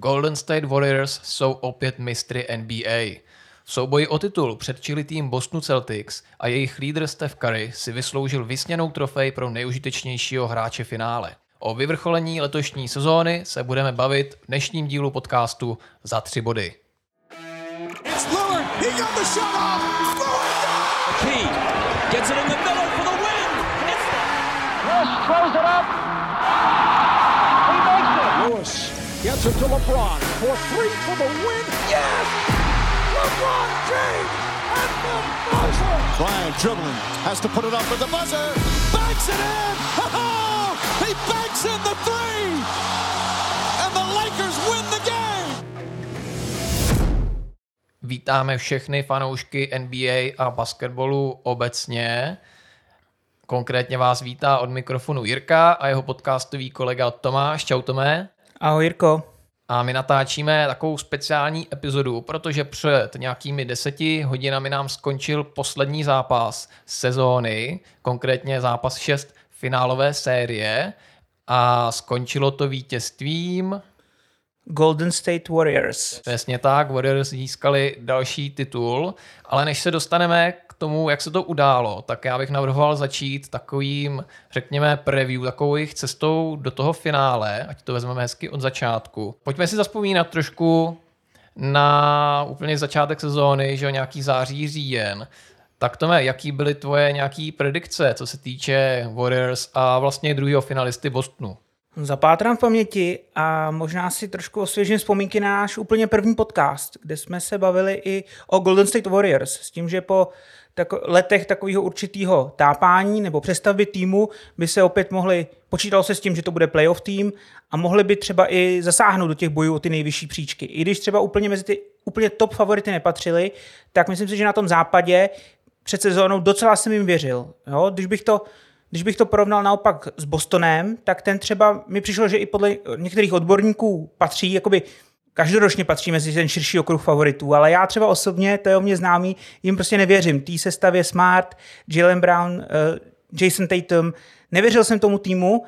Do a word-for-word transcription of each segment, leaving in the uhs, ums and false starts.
Golden State Warriors jsou opět mistry N B A. V souboji o titul předčili tým Bostonu Celtics a jejich lídr Steph Curry si vysloužil vysněnou trofej pro nejužitečnějšího hráče finále. O vyvrcholení letošní sezóny se budeme bavit v dnešním dílu podcastu Za tři body. It's Lillard. He got the shot off. Lillard. Key gets it in the middle for the win. It's Rush throws it up. He makes it. Lewis gets it to LeBron for three for the win. Yes! LeBron James at the buzzer. Bryant dribbling, has to put it up with the buzzer. Banks it in. Oh, he banks in the three. And the Lakers win the game. Vítáme všechny fanoušky N B A a basketbalu obecně. Konkrétně vás vítá od mikrofonu Jirka a jeho podcastový kolega Tomáš. Čau Tomé. Ahoj Jirko. A my natáčíme takovou speciální epizodu, protože před nějakými deseti hodinami nám skončil poslední zápas sezóny, konkrétně zápas šest finálové série a skončilo to vítězstvím Golden State Warriors. Přesně tak, Warriors získali další titul, ale než se dostaneme k tomu, jak se to událo, tak já bych navrhoval začít takovým, řekněme, preview, takovou jejich cestou do toho finále, ať to vezmeme hezky od začátku. Pojďme si zazpomínat trošku na úplně začátek sezóny, že jo, nějaký září, říjen. Tak Tome, jaký byly tvoje nějaký predikce, co se týče Warriors a vlastně druhého finalisty Bostonu? Zapátrám v paměti a možná si trošku osvěžím vzpomínky na náš úplně první podcast, kde jsme se bavili i o Golden State Warriors, s tím, že po tako- letech takového určitého tápání nebo přestavby týmu by se opět mohli, počítalo se s tím, že to bude playoff tým a mohli by třeba i zasáhnout do těch bojů o ty nejvyšší příčky. I když třeba úplně mezi ty úplně top favority nepatřili, tak myslím si, že na tom západě před sezónou docela jsem jim věřil. Jo? Když bych to Když bych to porovnal naopak s Bostonem, tak ten třeba mi přišlo, že i podle některých odborníků patří, jakoby každoročně patří mezi ten širší okruh favoritů, ale já třeba osobně, to je o mě známý, jim prostě nevěřím. Tý sestavě Smart, Jaylen Brown, uh, Jason Tatum, nevěřil jsem tomu týmu,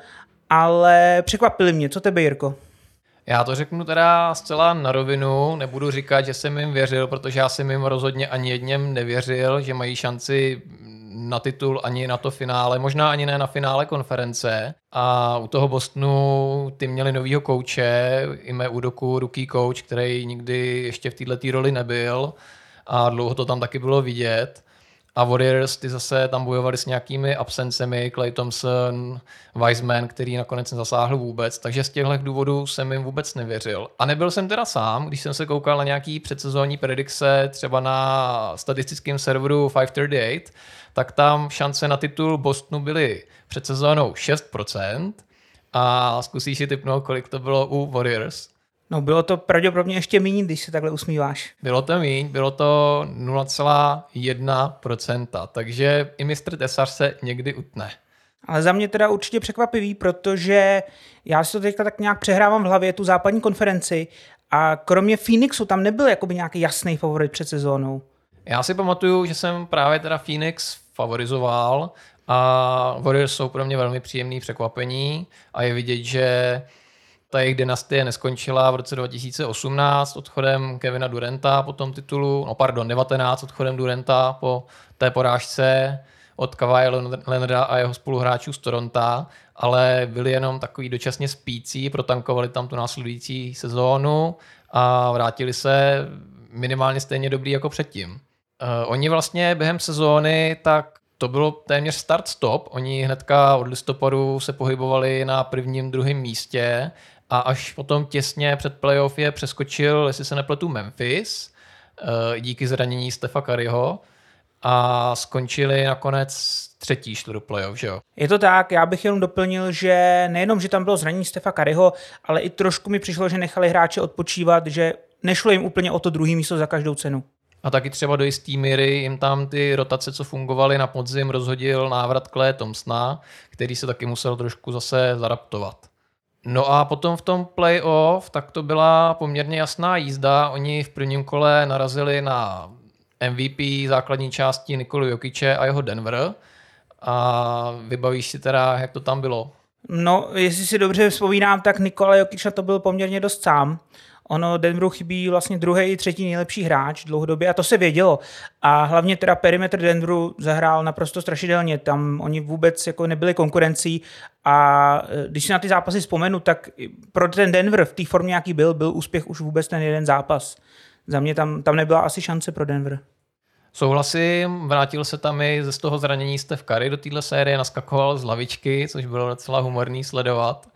ale překvapili mě. Co tebe, Jirko? Já to řeknu teda zcela na rovinu, nebudu říkat, že jsem jim věřil, protože já jsem jim rozhodně ani jedním nevěřil, že mají šanci na titul ani na to finále, možná ani ne na finále konference. A u toho Bostonu ty měli novýho kouče, Ime Udoku, rookie coach, který nikdy ještě v této roli nebyl a dlouho to tam taky bylo vidět. A Warriors ty zase tam bojovali s nějakými absencemi, Klay Thompson, Wiseman, který nakonec nezasáhl vůbec, takže z těchto důvodů jsem jim vůbec nevěřil. A nebyl jsem teda sám, když jsem se koukal na nějaký předsezónní predikce, třeba na statistickém serveru pět set třicet osm, tak tam šance na titul Bostonu byly před sezónou šest procent a zkusíš si tipnout, kolik to bylo u Warriors. No bylo to pravděpodobně ještě méně, když se takhle usmíváš. Bylo to míň, bylo to nula celá jedna procenta, takže i mistr Tesař se někdy utne. Ale za mě teda určitě překvapivý, protože já si to teďka tak nějak přehrávám v hlavě, tu západní konferenci a kromě Phoenixu tam nebyl jakoby nějaký jasný favorit před sezónou. Já si pamatuju, že jsem právě teda Phoenix favorizoval a Warriors jsou pro mě velmi příjemný překvapení a je vidět, že ta jejich dynastie neskončila v roce dva tisíce osmnáct odchodem Kevina Duranta po tom titulu, no pardon, devatenáct odchodem Duranta po té porážce od Kawhi Leonarda a jeho spoluhráčů z Toronta, ale byli jenom takový dočasně spící, protankovali tam tu následující sezónu a vrátili se minimálně stejně dobrý jako předtím. Uh, oni vlastně během sezóny tak to bylo téměř start-stop. Oni hnedka od listopadu se pohybovali na prvním, druhém místě a až potom těsně před playoff je přeskočil, jestli se nepletu, Memphis díky zranění Stefa Curryho a skončili nakonec třetí, šli do playoff, že jo? Je to tak, já bych jenom doplnil, že nejenom, že tam bylo zranění Stefa Curryho, ale i trošku mi přišlo, že nechali hráče odpočívat, že nešlo jim úplně o to druhé místo za každou cenu. A taky třeba do jistý míry jim tam ty rotace, co fungovaly na podzim, rozhodil návrat Claye Thompsona, který se taky musel trošku zase zaraptovat. No a potom v tom playoff, tak to byla poměrně jasná jízda. Oni v prvním kole narazili na M V P základní části Nikolu Jokiče a jeho Denver. A vybavíš si teda, jak to tam bylo? No, jestli si dobře vzpomínám, tak Nikola Jokic na to byl poměrně dost sám. Ono Denveru chybí vlastně druhý i třetí nejlepší hráč dlouhodobě a to se vědělo. A hlavně teda perimetr Denveru zahrál naprosto strašidelně. Tam oni vůbec jako nebyli konkurencí a když si na ty zápasy vzpomenu, tak pro ten Denver v té formě, jaký byl, byl úspěch už vůbec ten jeden zápas. Za mě tam, tam nebyla asi šance pro Denver. Souhlasím, vrátil se tam i z toho zranění Steph Curry do téhle série, naskakoval z lavičky, což bylo docela humorný sledovat.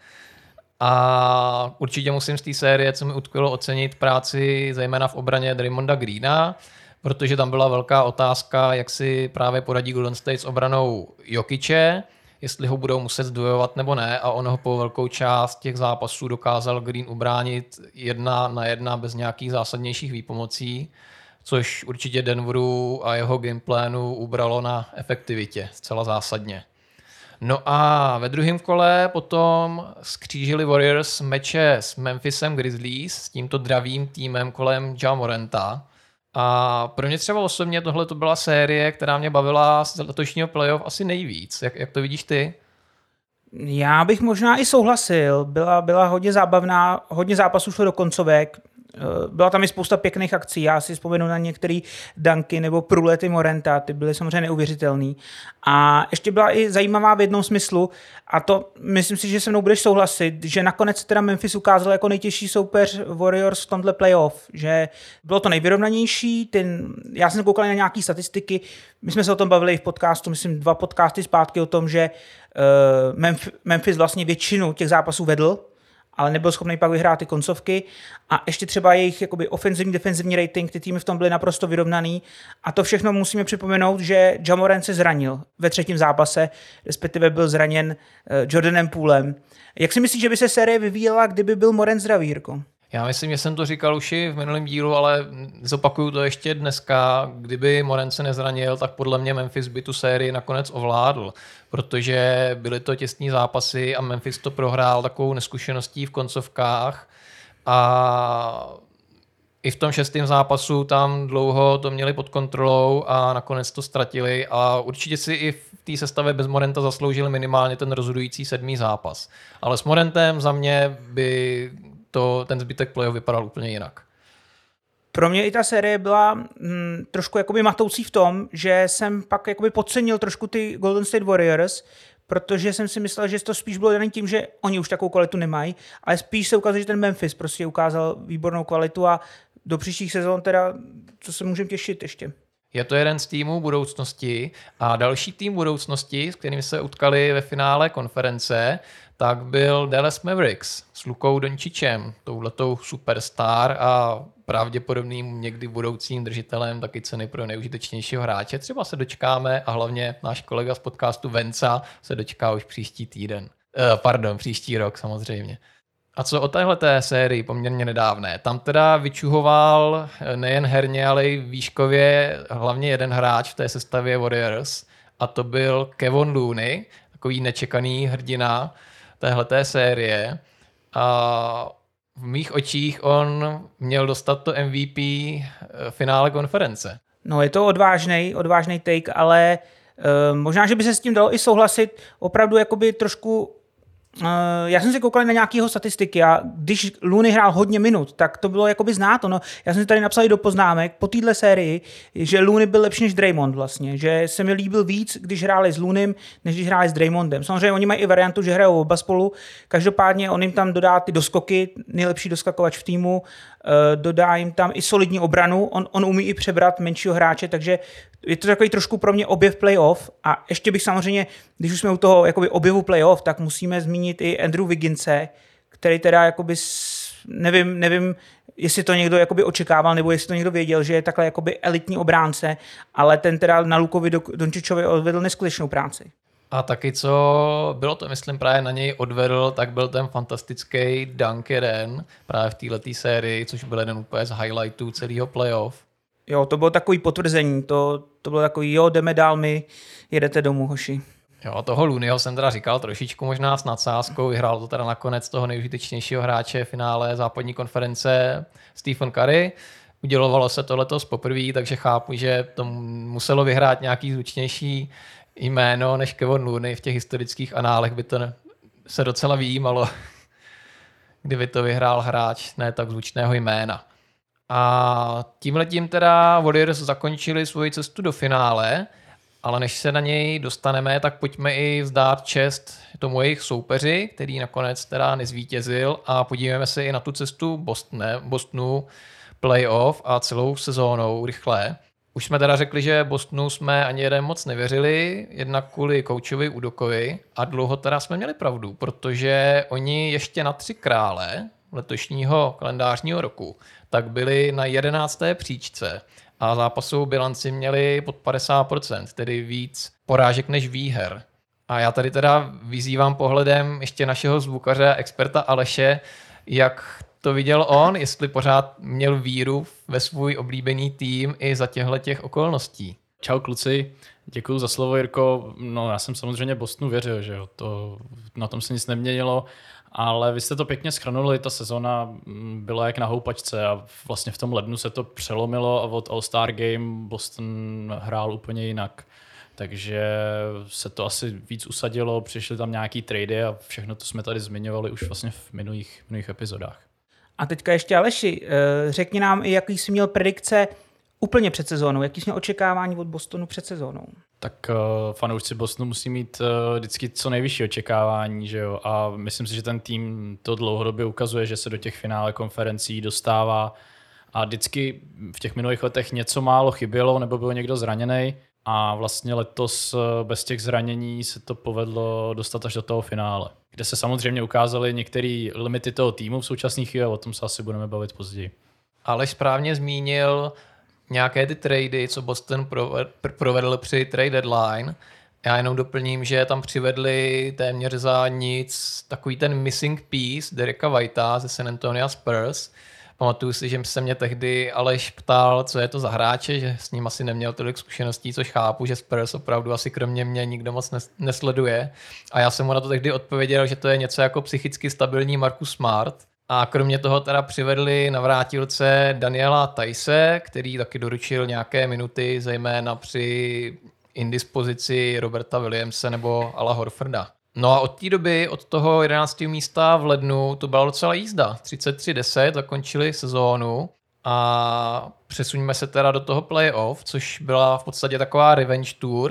A určitě musím z té série, co mi utkvělo, ocenit práci zejména v obraně Draymonda Greena, protože tam byla velká otázka, jak si právě poradí Golden State s obranou Jokiče, jestli ho budou muset zdvojovat nebo ne, a on ho po velkou část těch zápasů dokázal Green ubránit jedna na jedna bez nějakých zásadnějších výpomocí, což určitě Denveru a jeho gameplánu ubralo na efektivitě zcela zásadně. No a ve druhém kole potom skřížili Warriors meče s Memphisem Grizzlies, s tímto dravým týmem kolem Ja Moranta. A pro mě třeba osobně tohle to byla série, která mě bavila z letošního playoff asi nejvíc. Jak, jak to vidíš ty? Já bych možná i souhlasil. Byla, byla hodně zábavná, hodně zápasů šlo do koncovek. Byla tam i spousta pěkných akcí, já si vzpomenu na některé dunky nebo průlety Moranta, ty byly samozřejmě neuvěřitelný. A ještě byla i zajímavá v jednom smyslu, a to myslím si, že se mnou budeš souhlasit, že nakonec teda Memphis ukázal jako nejtěžší soupeř Warriors v tomhle playoff, že bylo to nejvyrovnanější, ten, já jsem koukal na nějaké statistiky, my jsme se o tom bavili v podcastu, myslím dva podcasty zpátky o tom, že uh, Memphis vlastně většinu těch zápasů vedl, ale nebyl schopný pak vyhrát ty koncovky a ještě třeba jejich jakoby ofenzivní, defenzivní rating, ty týmy v tom byly naprosto vyrovnaný a to všechno musíme připomenout, že Ja Morant se zranil ve třetím zápase, respektive byl zraněn Jordanem Poolem. Jak si myslíš, že by se série vyvíjela, kdyby byl Morant zdravý, Jirko? Já myslím, že jsem to říkal už i v minulém dílu, ale zopakuju to ještě dneska. Kdyby Morant se nezranil, tak podle mě Memphis by tu sérii nakonec ovládl, protože byly to těsní zápasy a Memphis to prohrál takovou neskušeností v koncovkách a i v tom šestém zápasu tam dlouho to měli pod kontrolou a nakonec to ztratili a určitě si i v té sestavě bez Moranta zasloužili minimálně ten rozhodující sedmý zápas. Ale s Morantem za mě by to, ten zbytek playoff vypadal úplně jinak. Pro mě i ta série byla hm, trošku jakoby matoucí v tom, že jsem pak jakoby podcenil trošku ty Golden State Warriors, protože jsem si myslel, že to spíš bylo daný tím, že oni už takovou kvalitu nemají, ale spíš se ukazuje, že ten Memphis prostě ukázal výbornou kvalitu a do příštích sezón teda, co se můžeme těšit ještě. Je to jeden z týmů budoucnosti a další tým budoucnosti, s kterým se utkali ve finále konference, tak byl Dallas Mavericks s Lukou Dončičem, touhletou superstar a pravděpodobným někdy budoucím držitelem taky ceny pro nejužitečnějšího hráče. Třeba se dočkáme a hlavně náš kolega z podcastu Venca se dočká už příští týden. Eh, pardon, příští rok samozřejmě. A co o téhleté sérii poměrně nedávné? Tam teda vyčuhoval nejen herně, ale i výškově hlavně jeden hráč v té sestavě Warriors a to byl Kevon Looney, takový nečekaný hrdina téhleté série a v mých očích on měl dostat to M V P finále konference. No je to odvážnej, odvážnej take, ale uh, možná, že by se s tím dalo i souhlasit opravdu jakoby trošku. Uh, já jsem si koukal na nějaké jeho statistiky a když Looney hrál hodně minut, tak to bylo jakoby znát. No, já jsem si tady napsal i do poznámek po téhle sérii, že Looney byl lepší než Draymond vlastně, že se mi líbil víc, když hráli s Looneym, než když hráli s Draymondem. Samozřejmě oni mají i variantu, že hrajou oba spolu, každopádně on jim tam dodá ty doskoky, nejlepší doskakovač v týmu, uh, dodá jim tam i solidní obranu, on, on umí i přebrat menšího hráče, takže je to takový trošku pro mě objev playoff a ještě bych samozřejmě, když už jsme u toho jakoby objevu playoff, tak musíme zmínit i Andrew Wigginse, který teda jakoby, nevím, nevím, jestli to někdo jakoby očekával, nebo jestli to někdo věděl, že je takhle jakoby elitní obránce, ale ten teda na Lukovi Dončičovi odvedl neskutečnou práci. A taky co bylo to, myslím, právě na něj odvedl, tak byl ten fantastický dunk jeden právě v této sérii, což byl jeden úplně z highlightů celého playoff. Jo, to bylo takový potvrzení, to, to bylo takový, jo, jdeme dál, my jedete domů, hoši. Jo, toho Looneyho jsem teda říkal trošičku možná s nadsázkou, vyhrál to teda nakonec toho nejužitečnějšího hráče v finále západní konference Stephen Curry. Udělovalo se to letos poprvé, takže chápu, že to muselo vyhrát nějaký zvučnější jméno než Kevon Looney. V těch historických análech by to se docela vyjímalo, kdyby to vyhrál hráč ne tak zvučného jména. A tímhletím teda Warriors zakončili svoji cestu do finále, ale než se na něj dostaneme, tak pojďme i vzdát čest tomu jejich soupeři, který nakonec teda nezvítězil, a podívejme se i na tu cestu Bostone, Bostonu, playoff a celou sezónou rychle. Už jsme teda řekli, že Bostonu jsme ani jeden moc nevěřili, jednak kvůli koučovi Udokovi, a dlouho teda jsme měli pravdu, protože oni ještě na tři krále letošního kalendářního roku tak byli na jedenácté příčce a zápasovou bilanci měli pod padesát procent, tedy víc porážek než výher. A já tady teda vyzývám pohledem ještě našeho zvukaře a experta Aleše, jak to viděl on, jestli pořád měl víru ve svůj oblíbený tým i za těchto těch okolností. Čau kluci, děkuju za slovo, Jirko. No, já jsem samozřejmě Bostonu věřil, že jo, to, na tom se nic neměnilo, ale vy jste to pěkně shrnuli, ta sezona byla jak na houpačce a vlastně v tom lednu se to přelomilo a od All-Star Game Boston hrál úplně jinak. Takže se to asi víc usadilo, přišly tam nějaký trady a všechno to jsme tady zmiňovali už vlastně v minulých, minulých epizodách. A teďka ještě Aleši, řekni nám i, jaký jsi měl predikce úplně před sezónou, jaký jsi měl očekávání od Bostonu před sezónou? Tak uh, fanoušci Bostonu musí mít uh, vždycky co nejvyšší očekávání, že jo? A myslím si, že ten tým to dlouhodobě ukazuje, že se do těch finále konferencí dostává a vždycky v těch minulých letech něco málo chybělo nebo byl někdo zraněný a vlastně letos bez těch zranění se to povedlo dostat až do toho finále, kde se samozřejmě ukázaly některé limity toho týmu v současné chvíli a o tom se asi budeme bavit později. Aleš správně zmínil nějaké ty trady, co Boston provedl při trade deadline. Já jenom doplním, že tam přivedli téměř za nic takový ten missing piece Dereka Whitea ze San Antonio Spurs. Pamatuju si, že se mě tehdy Aleš ptal, co je to za hráče, že s ním asi neměl tolik zkušeností, což chápu, že Spurs opravdu asi kromě mě nikdo moc nesleduje. A já jsem mu na to tehdy odpověděl, že to je něco jako psychicky stabilní Marcus Smart. A kromě toho teda přivedli na vrátilce Daniela Theise, který taky doručil nějaké minuty, zejména při indispozici Roberta Williamse nebo Ala Horforda. No a od té doby, od toho jedenáctého místa v lednu, to byla docela jízda. třicet tři deset zakončili sezónu a přesuňme se teda do toho playoff, což byla v podstatě taková revenge tour.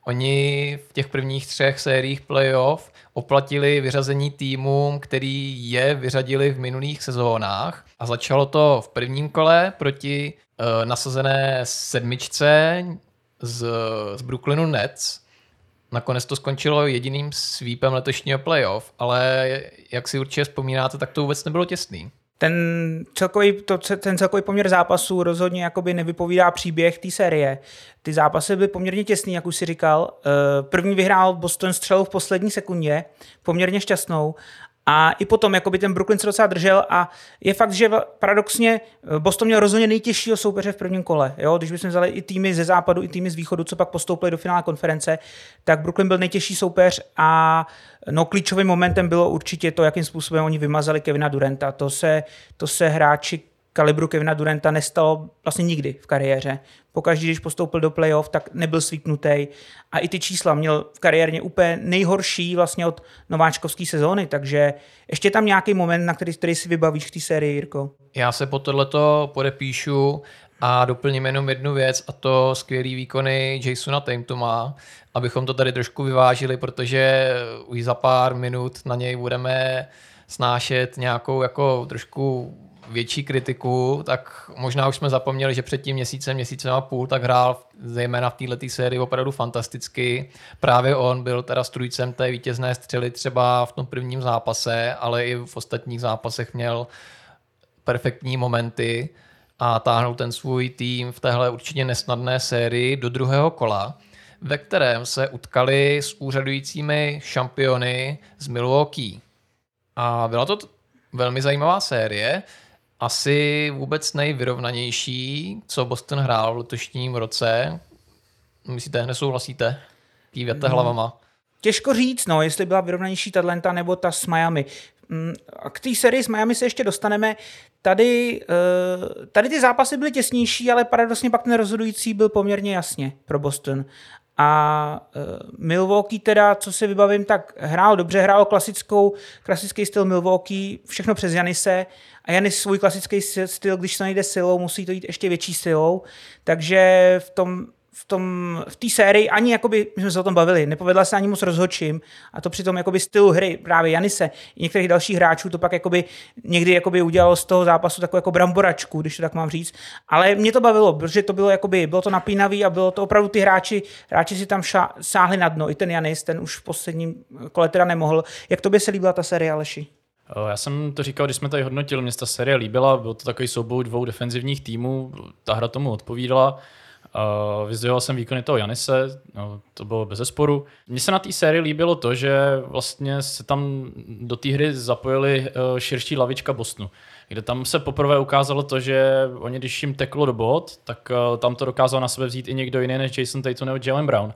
Oni v těch prvních třech sériích playoff oplatili vyřazení týmům, který je vyřadili v minulých sezónách. A začalo to v prvním kole proti uh, nasazené sedmičce z, z Brooklynu Nets. Nakonec to skončilo jediným sweepem letošního playoff, ale jak si určitě vzpomínáte, tak to vůbec nebylo těsný. Ten celkový, to, ten celkový poměr zápasů rozhodně jakoby nevypovídá příběh té série. Ty zápasy byly poměrně těsný, jak už si říkal. První vyhrál Boston střelu v poslední sekundě, poměrně šťastnou. A i potom jakoby ten Brooklyn se docela držel a je fakt, že paradoxně Boston měl rozhodně nejtěžšího soupeře v prvním kole. Jo? Když bychom vzali i týmy ze západu, i týmy z východu, co pak postoupili do finále konference, tak Brooklyn byl nejtěžší soupeř a no, klíčovým momentem bylo určitě to, jakým způsobem oni vymazali Kevina Duranta. To se, to se hráči kalibru Kevina Duranta nestalo vlastně nikdy v kariéře. Pokaždý, když postoupil do playoff, tak nebyl svíknutý. A i ty čísla měl v kariérně úplně nejhorší vlastně od nováčkovské sezóny, takže ještě tam nějaký moment, na který, který si vybavíš v té sérii, Jirko. Já se po tohleto podepíšu a doplním jenom jednu věc, a to skvělý výkony Jasona Tatuma, abychom to tady trošku vyvážili, protože už za pár minut na něj budeme snášet nějakou jako trošku větší kritiku, tak možná už jsme zapomněli, že před tím měsícem, měsícem a půl, tak hrál zejména v této sérii opravdu fantasticky. Právě on byl teda strůjcem té vítězné střely třeba v tom prvním zápase, ale i v ostatních zápasech měl perfektní momenty a táhnul ten svůj tým v téhle určitě nesnadné sérii do druhého kola, ve kterém se utkali s úřadujícími šampiony z Milwaukee. A byla to t- velmi zajímavá série, asi vůbec nejvyrovnanější, co Boston hrál v letošním roce. Myslíte, nesouhlasíte? Kývěte hmm. hlavama. Těžko říct, no, jestli byla vyrovnanější ta Atlanta nebo ta s Miami. A k té sérii s Miami se ještě dostaneme. Tady, tady ty zápasy byly těsnější, ale paradoxně pak ten rozhodující byl poměrně jasně pro Boston. A uh, Milwaukee teda, co si vybavím, tak hrál dobře, hrál klasickou, klasický styl Milwaukee, všechno přes Janise a Janis svůj klasický styl, když to nejde silou, musí to jít ještě větší silou, takže v tom v tom, v té sérii ani, jakoby, my jsme se o tom bavili, nepovedla se ani moc rozhodčím a to při tom jakoby, stylu hry právě Janise i některých dalších hráčů to pak jakoby, někdy jakoby, udělalo z toho zápasu takovou jako bramboračku, když to tak mám říct, ale mě to bavilo, protože to bylo, jakoby, bylo to napínavý a bylo to opravdu ty hráči, hráči si tam ša, sáhli na dno, i ten Janis, ten už v posledním kole teda nemohl. Jak tobě se líbila ta série, Aleši? Já jsem to říkal, když jsme tady hodnotili, mě ta série líbila, byl to takový souboj dvou defenzivních týmů, ta hra tomu odpovídala. Uh, vyzdvihoval jsem výkony toho Janise, no, to bylo bezesporu. Mně se na té sérii líbilo to, že vlastně se tam do té hry zapojili uh, širší lavička Bostonu, kde tam se poprvé ukázalo to, že oni, když jim teklo do bod, tak uh, tam to dokázal na sebe vzít i někdo jiný než Jason Tatum nebo Jaylen Brown.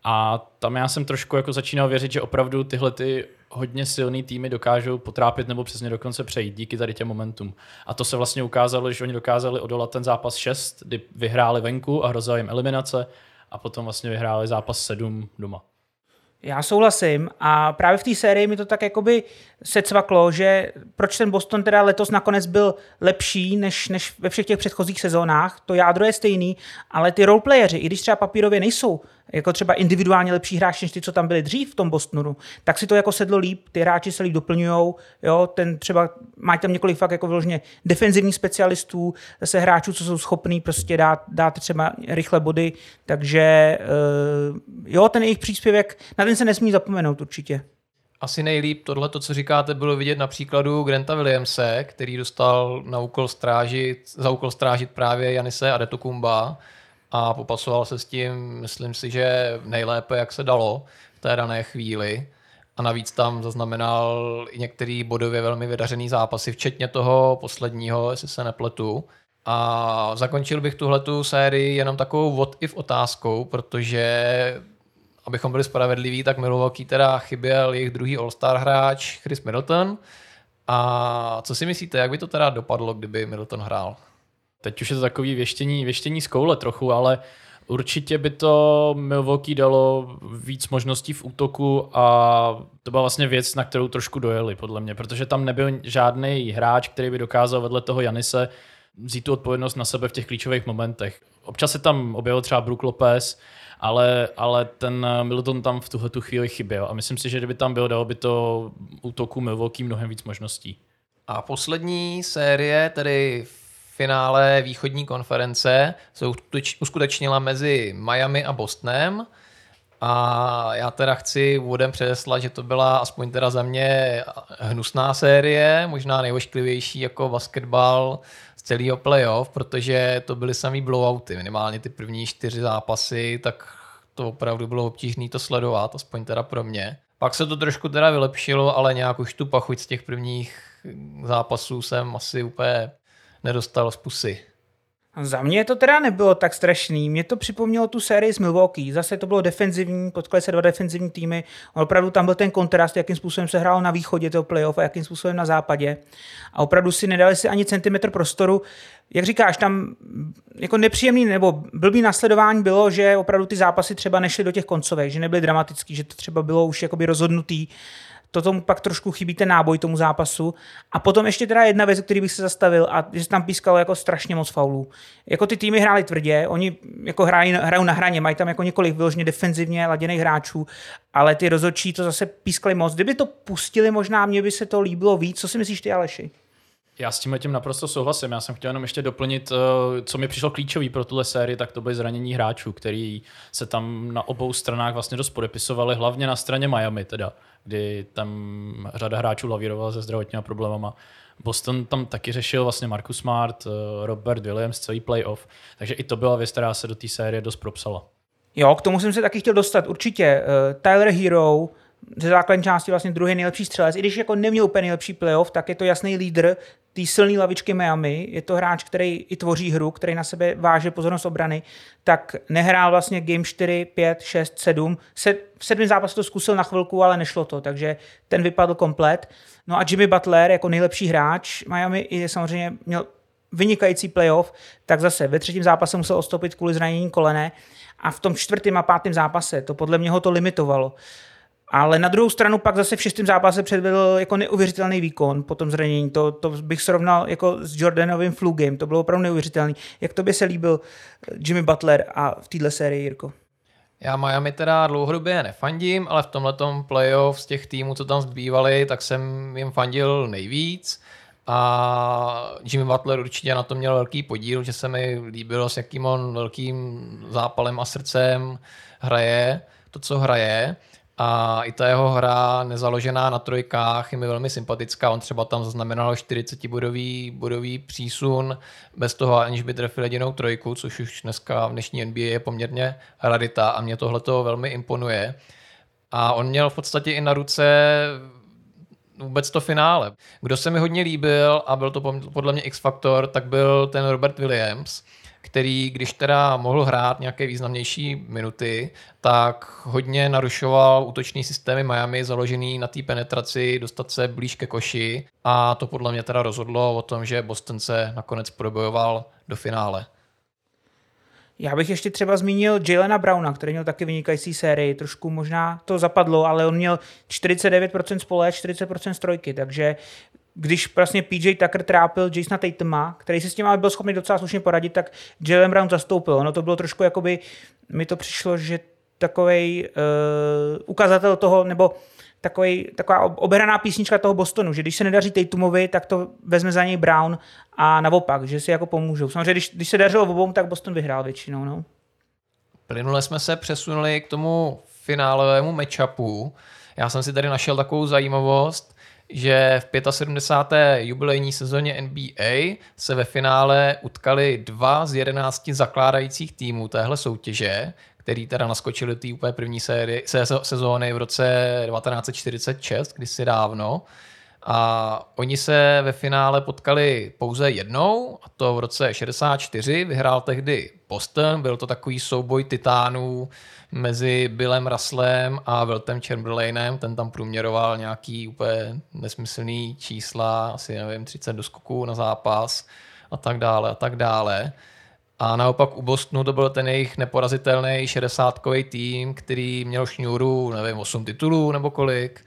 A tam já jsem trošku jako začínal věřit, že opravdu tyhle ty hodně silný týmy dokážou potrápit nebo přesně dokonce přejít díky tady těm momentům. A to se vlastně ukázalo, že oni dokázali odolat ten zápas šest, kdy vyhráli venku a hrozila jim eliminace a potom vlastně vyhráli zápas sedm doma. Já souhlasím a právě v té sérii mi to tak jakoby se cvaklo, že proč ten Boston teda letos nakonec byl lepší než, než ve všech těch předchozích sezónách. To jádro je stejný, ale ty roleplayeři, i když třeba papírově nejsou jako třeba individuálně lepší hráči než ty, co tam byli dřív v tom Bostonu, tak si to jako sedlo líp, ty hráči se líp doplňujou, jo, ten třeba má tam několik fakt jako vyloženě defenzivních specialistů, zase hráčů, co jsou schopní prostě dát, dát třeba rychle body, takže uh, jo, ten jejich příspěvek, na ten se nesmí zapomenout určitě. Asi nejlíp tohle, to, co říkáte, bylo vidět na příkladu Granta Williamse, který dostal na úkol strážit, za úkol strážit právě Janise Antetokounmpa a popasoval se s tím, myslím si, že nejlépe, jak se dalo v té dané chvíli. A navíc tam zaznamenal i některý bodově velmi vydařený zápasy, včetně toho posledního, jestli se nepletu. A zakončil bych tuhletu sérii jenom takovou what if otázkou, protože abychom byli spravedliví, tak Milwaukee teda chyběl jejich druhý all-star hráč Chris Middleton. A co si myslíte, jak by to teda dopadlo, kdyby Middleton hrál? Teď už je to takový věštění, věštění z koule trochu, ale určitě by to Milwaukee dalo víc možností v útoku a to byla vlastně věc, na kterou trošku dojeli, podle mě, protože tam nebyl žádný hráč, který by dokázal vedle toho Janise vzít tu odpovědnost na sebe v těch klíčových momentech. Občas se tam objevil třeba Brook Lopez, ale, ale ten Middleton tam v tuhle tu chvíli chyběl a myslím si, že kdyby tam byl, dalo by to útoku Milwaukee mnohem víc možností. A poslední série, tedy finále východní konference, se uskutečnila mezi Miami a Bostonem a já teda chci úvodem předeslat, že to byla aspoň teda za mě hnusná série, možná nejošklivější jako basketbal z celého playoff, protože to byly samý blowouty, minimálně ty první čtyři zápasy, tak to opravdu bylo obtížné to sledovat, aspoň teda pro mě. Pak se to trošku teda vylepšilo, ale nějak už tu pachuť z těch prvních zápasů jsem asi úplně nedostal z pusy. Za mě to teda nebylo tak strašný. Mě to připomnělo tu sérii z Milwaukee. Zase to bylo defenzivní, potkali se dva defenzivní týmy. Opravdu tam byl ten kontrast, jakým způsobem se hrálo na východě toho playoff a jakým způsobem na západě. A opravdu si nedali si ani centimetr prostoru. Jak říkáš, tam jako nepříjemný nebo blbý nasledování bylo, že opravdu ty zápasy třeba nešly do těch koncovek, že nebyly dramatický, že to třeba bylo už jakoby rozhodnutý. To tomu pak trošku chybí ten náboj tomu zápasu. A potom ještě teda jedna věc, o který bych se zastavil, a že se tam pískalo jako strašně moc faulů. Jako ty týmy hrály tvrdě, oni jako hrají, hrajou na hraně, mají tam jako několik vyloženě defenzivně laděných hráčů, ale ty rozhodčí to zase pískali moc. Kdyby to pustili, možná mě by se to líbilo víc. Co si myslíš ty, Aleši? Já s tím tím naprosto souhlasím. Já jsem chtěl jenom ještě doplnit, co mi přišlo klíčový pro tuhle sérii, tak to byly zranění hráčů, který se tam na obou stranách vlastně dost podepisovali, hlavně na straně Miami teda, kdy tam řada hráčů lavírovala se zdravotními problémama. Boston tam taky řešil vlastně Marcus Smart, Robert Williams, celý playoff, takže i to byla věc, která se do té série dost propsala. Jo, k tomu jsem se taky chtěl dostat. Určitě uh, Tyler Hero, ze základní části vlastně druhý nejlepší střelec, i když jako neměl úplně nejlepší playoff, tak je to jasný lídr té silné lavičky Miami, je to hráč, který i tvoří hru, který na sebe váže pozornost obrany, tak nehrál vlastně game čtyři, pět, šest, sedm. V sedmém zápase to zkusil na chvilku, ale nešlo to, takže ten vypadl komplet. No a Jimmy Butler jako nejlepší hráč Miami i samozřejmě měl vynikající playoff, tak zase ve třetím zápase musel odstoupit kvůli zranění kolene a v tom čtvrtém a pátém zápase to podle mě ho to limitovalo. Ale na druhou stranu pak zase v šestém zápase předvedl jako neuvěřitelný výkon po tom zranění. To, to bych srovnal jako s Jordanovým flugem. To bylo opravdu neuvěřitelný. Jak tobě se líbil Jimmy Butler a v téhle sérii, Jirko? Já Miami teda dlouhodobě nefandím, ale v tomhletom playoff z těch týmů, co tam zbývali, tak jsem jim fandil nejvíc. A Jimmy Butler určitě na to měl velký podíl, že se mi líbilo, s jakým on velkým zápalem a srdcem hraje to, co hraje. A i ta jeho hra nezaložená na trojkách je mi velmi sympatická. On třeba tam zaznamenal čtyřicetibodový bodový přísun bez toho, aniž by trefil jedinou trojku, což už dneska v dnešní N B A je poměrně rarita a mě tohleto velmi imponuje. A on měl v podstatě i na ruce vůbec to finále. Kdo se mi hodně líbil a byl to podle mě X-faktor, tak byl ten Robert Williams, který, když teda mohl hrát nějaké významnější minuty, tak hodně narušoval útočný systémy Miami, založený na té penetraci, dostat se blíž ke koši a to podle mě teda rozhodlo o tom, že Boston se nakonec probojoval do finále. Já bych ještě třeba zmínil Jaylena Browna, který měl taky vynikající sérii. Trošku možná to zapadlo, ale on měl čtyřicet devět procent z pole, čtyřicet procent z trojky, takže když vlastně P J Tucker trápil Jasona Tatuma, který si s tím ale byl schopný docela slušně poradit, tak Jaylen Brown zastoupil. Ono to bylo trošku jakoby, mi to přišlo, že takovej uh, ukazatel toho, nebo takovej, taková obehraná písnička toho Bostonu, že když se nedaří Tatumovi, tak to vezme za něj Brown a naopak, že si jako pomůžou. Samozřejmě, když, když se dařilo obou, tak Boston vyhrál většinou. No. Plynule jsme se přesunuli k tomu finálovému matchupu. Já jsem si tady našel takovou zajímavost, že v sedmdesáté páté jubilejní sezóně N B A se ve finále utkali dva z jedenácti zakládajících týmů téhle soutěže, který teda naskočili do té úplně první série, sezóny v roce devatenáct set čtyřicet šest, kdysi dávno. A oni se ve finále potkali pouze jednou, a to v roce šedesát čtyři, vyhrál tehdy Boston, byl to takový souboj titánů mezi Billem Russellem a Wiltem Chamberlainem, ten tam průměroval nějaký úplně nesmyslný čísla, asi nevím, třicet doskoků na zápas a tak dále a tak dále. A naopak u Bostonu to byl ten jejich neporazitelný šedesátkový tým, který měl šňůru, nevím, osm titulů nebo kolik.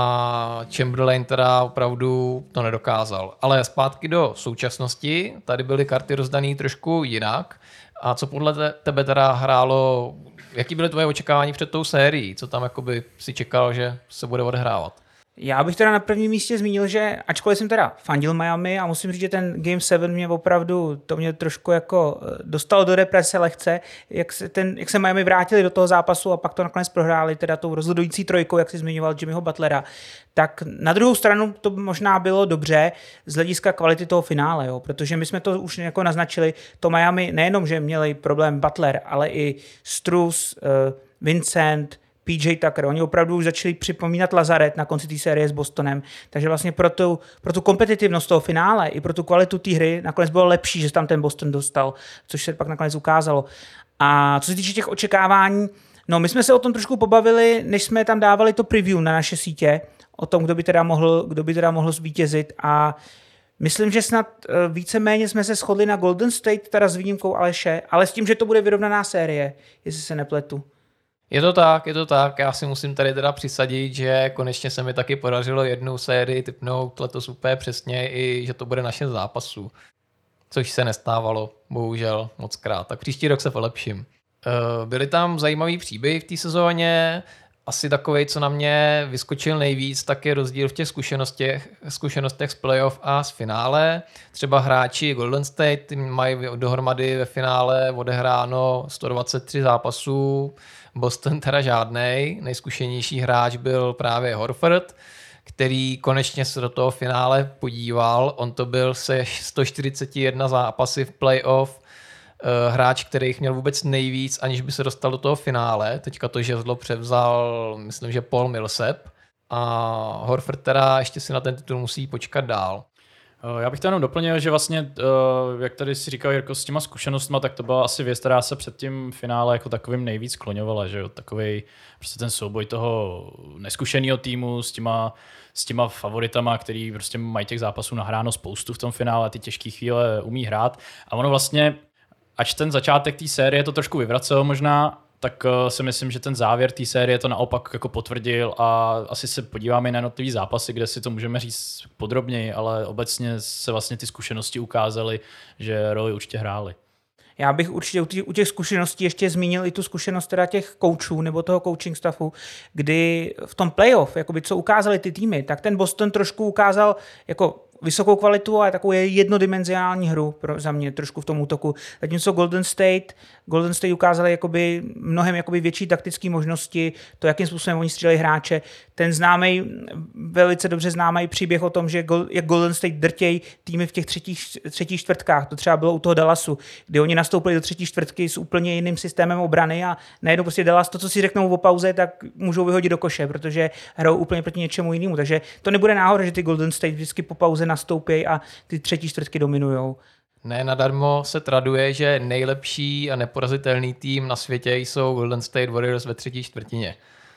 A Chamberlain teda opravdu to nedokázal. Ale zpátky do současnosti, tady byly karty rozdaný trošku jinak. A co podle tebe teda hrálo, jaký byly tvoje očekávání před tou sérií? Co tam jakoby si čekal, že se bude odehrávat? Já bych teda na prvním místě zmínil, že ačkoliv jsem teda fandil Miami a musím říct, že ten Game sedm mě opravdu, to mě trošku jako dostalo do deprese lehce, jak se, ten, jak se Miami vrátili do toho zápasu a pak to nakonec prohráli teda tou rozhodující trojkou, jak si zmiňoval Jimmyho Butlera, tak na druhou stranu to možná bylo dobře z hlediska kvality toho finále, jo, protože my jsme to už jako naznačili, to Miami nejenom, že měli problém Butler, ale i Strus, uh, Vincent, P J Tucker, oni opravdu už začali připomínat lazaret na konci té série s Bostonem, takže vlastně pro tu, pro tu kompetitivnost toho finále i pro tu kvalitu té hry nakonec bylo lepší, že tam ten Boston dostal, což se pak nakonec ukázalo. A co se týče těch očekávání, no my jsme se o tom trošku pobavili, než jsme tam dávali to preview na naše sítě, o tom, kdo by teda mohl, kdo by teda mohl zvítězit a myslím, že snad víceméně jsme se shodli na Golden State, teda s výjimkou Aleše, ale s tím, že to bude vyrovnaná série, jestli se nepletu. Je to tak, je to tak. Já si musím tady teda přisadit, že konečně se mi taky podařilo jednu sérii tipnout letos úplně přesně i, že to bude na šest zápasů. Což se nestávalo, bohužel, moc krát. Tak příští rok se polepším. Byly tam zajímavý příběhy v té sezóně. Asi takovej, co na mě vyskočil nejvíc, tak je rozdíl v těch zkušenostech, zkušenostech z playoff a z finále. Třeba hráči Golden State mají dohromady ve finále odehráno sto dvacet tři zápasů, Boston teda žádnej. Nejzkušenější hráč byl právě Horford, který konečně se do toho finále podíval. On to byl se sto čtyřicet jedna zápasy v playoff, hráč, který jich měl vůbec nejvíc, aniž by se dostal do toho finále. Teďka to žezlo převzal, myslím, že Paul Millsap. A Horford teda ještě si na ten titul musí počkat dál. Já bych to jenom doplnil, že vlastně, jak tady si říkal Jirko, s těma zkušenostma, tak to byla asi věc, která se před tím finále jako takovým nejvíc skloňovala, že jo, takovej prostě ten souboj toho neskušeného týmu s těma, s těma favoritama, který prostě mají těch zápasů nahráno spoustu v tom finále, ty těžké chvíle umí hrát a ono vlastně, ač ten začátek té série to trošku vyvracel možná, tak si myslím, že ten závěr té série to naopak jako potvrdil a asi se podíváme na jednotlivý zápasy, kde si to můžeme říct podrobněji, ale obecně se vlastně ty zkušenosti ukázaly, že roli určitě hrály. Já bych určitě u těch zkušeností ještě zmínil i tu zkušenost teda těch koučů nebo toho coaching staffu, kdy v tom playoff, jakoby co ukázali ty týmy, tak ten Boston trošku ukázal jako vysokou kvalitu a takovou jednodimenzionální hru pro, za mě trošku v tom útoku. Zatímco Golden State, Golden State ukázali jakoby mnohem jakoby větší taktické možnosti, to, jakým způsobem oni stříleli hráče. Ten známý, velice dobře známý příběh o tom, že Gol, jak Golden State drtějí týmy v těch třetích, třetích čtvrtkách. To třeba bylo u toho Dallasu, kdy oni nastoupili do třetí čtvrtky s úplně jiným systémem obrany a najednou prostě Dallas to, co si řeknou o pauze, tak můžou vyhodit do koše, protože hrajou úplně proti něčemu jinému. Takže to nebude náhoda, že ty Golden State vždycky po pauze nastoupí a ty třetí čtvrtky dominujou. Ne nadarmo se traduje, že nejlepší a neporazitelný tým na světě jsou Golden State Warriors ve třetí čtvrtině.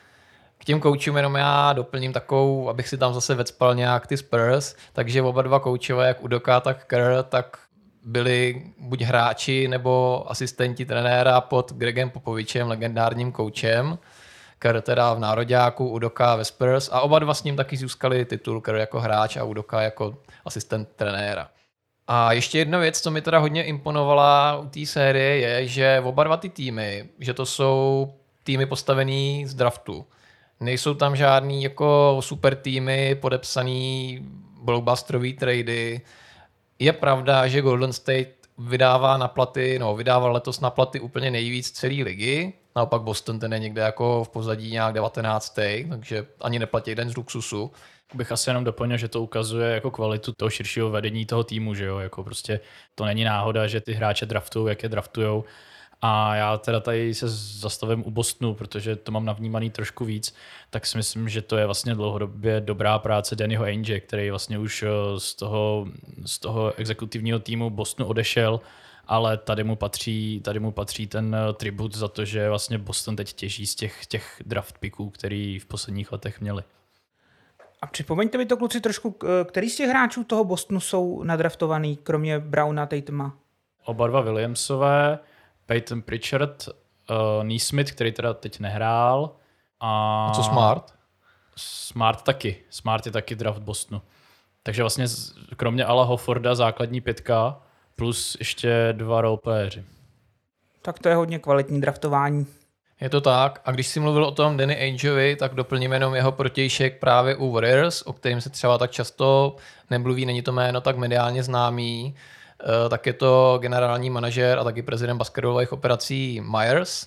K těm koučům jenom já doplním takovou, abych si tam zase vecpal nějak ty Spurs, takže oba dva koučové, jak Udoka, tak Kerr, tak byli buď hráči nebo asistenti trenéra pod Gregem Popovičem, legendárním koučem. Kerr teda v nároďáku, Udoka ve Spurs a oba dva s ním taky získali titul, Kerr jako hráč a Udoka jako asistent trenéra. A ještě jedna věc, co mi teda hodně imponovala u té série, je, že oba dva ty týmy, že to jsou týmy postavený z draftu. Nejsou tam žádný jako super týmy, podepsaný blockbusterový trady. Je pravda, že Golden State vydává na platy, no vydával letos na platy úplně nejvíc celé ligy, naopak Boston ten je někde jako v pozadí nějak devatenáctý, takže ani neplatí jeden z luxusu. Bych asi jenom doplnil, že to ukazuje jako kvalitu toho širšího vedení toho týmu, že jo, jako prostě to není náhoda, že ty hráče draftujou, jak je draftujou. A já teda tady se zastavím u Bostonu, protože to mám navnímaný trošku víc, tak si myslím, že to je vlastně dlouhodobě dobrá práce Dannyho Ainge, který vlastně už z toho, z toho exekutivního týmu Bostonu odešel, ale tady mu patří, tady mu patří ten tribut za to, že vlastně Boston teď těží z těch, těch draft picků, který v posledních letech měli. A připomeňte mi to, kluci, trošku, který z těch hráčů toho Bostonu jsou nadraftovaný, kromě Browna a Tatuma? Oba dva Williamsové, Peyton Pritchard, uh, Neesmith, který teda teď nehrál. A, a co Smart? Smart taky. Smart je taky draft Bostonu. Takže vlastně kromě Ala Hofforda základní pětka plus ještě dva roleplayeri. Tak to je hodně kvalitní draftování. Je to tak. A když jsi mluvil o tom Danny Aingeovi, tak doplním jenom jeho protějšek právě u Warriors, o kterým se třeba tak často nemluví, není to jméno tak mediálně známý. Tak je to generální manažer a taky prezident basketbalových operací Myers.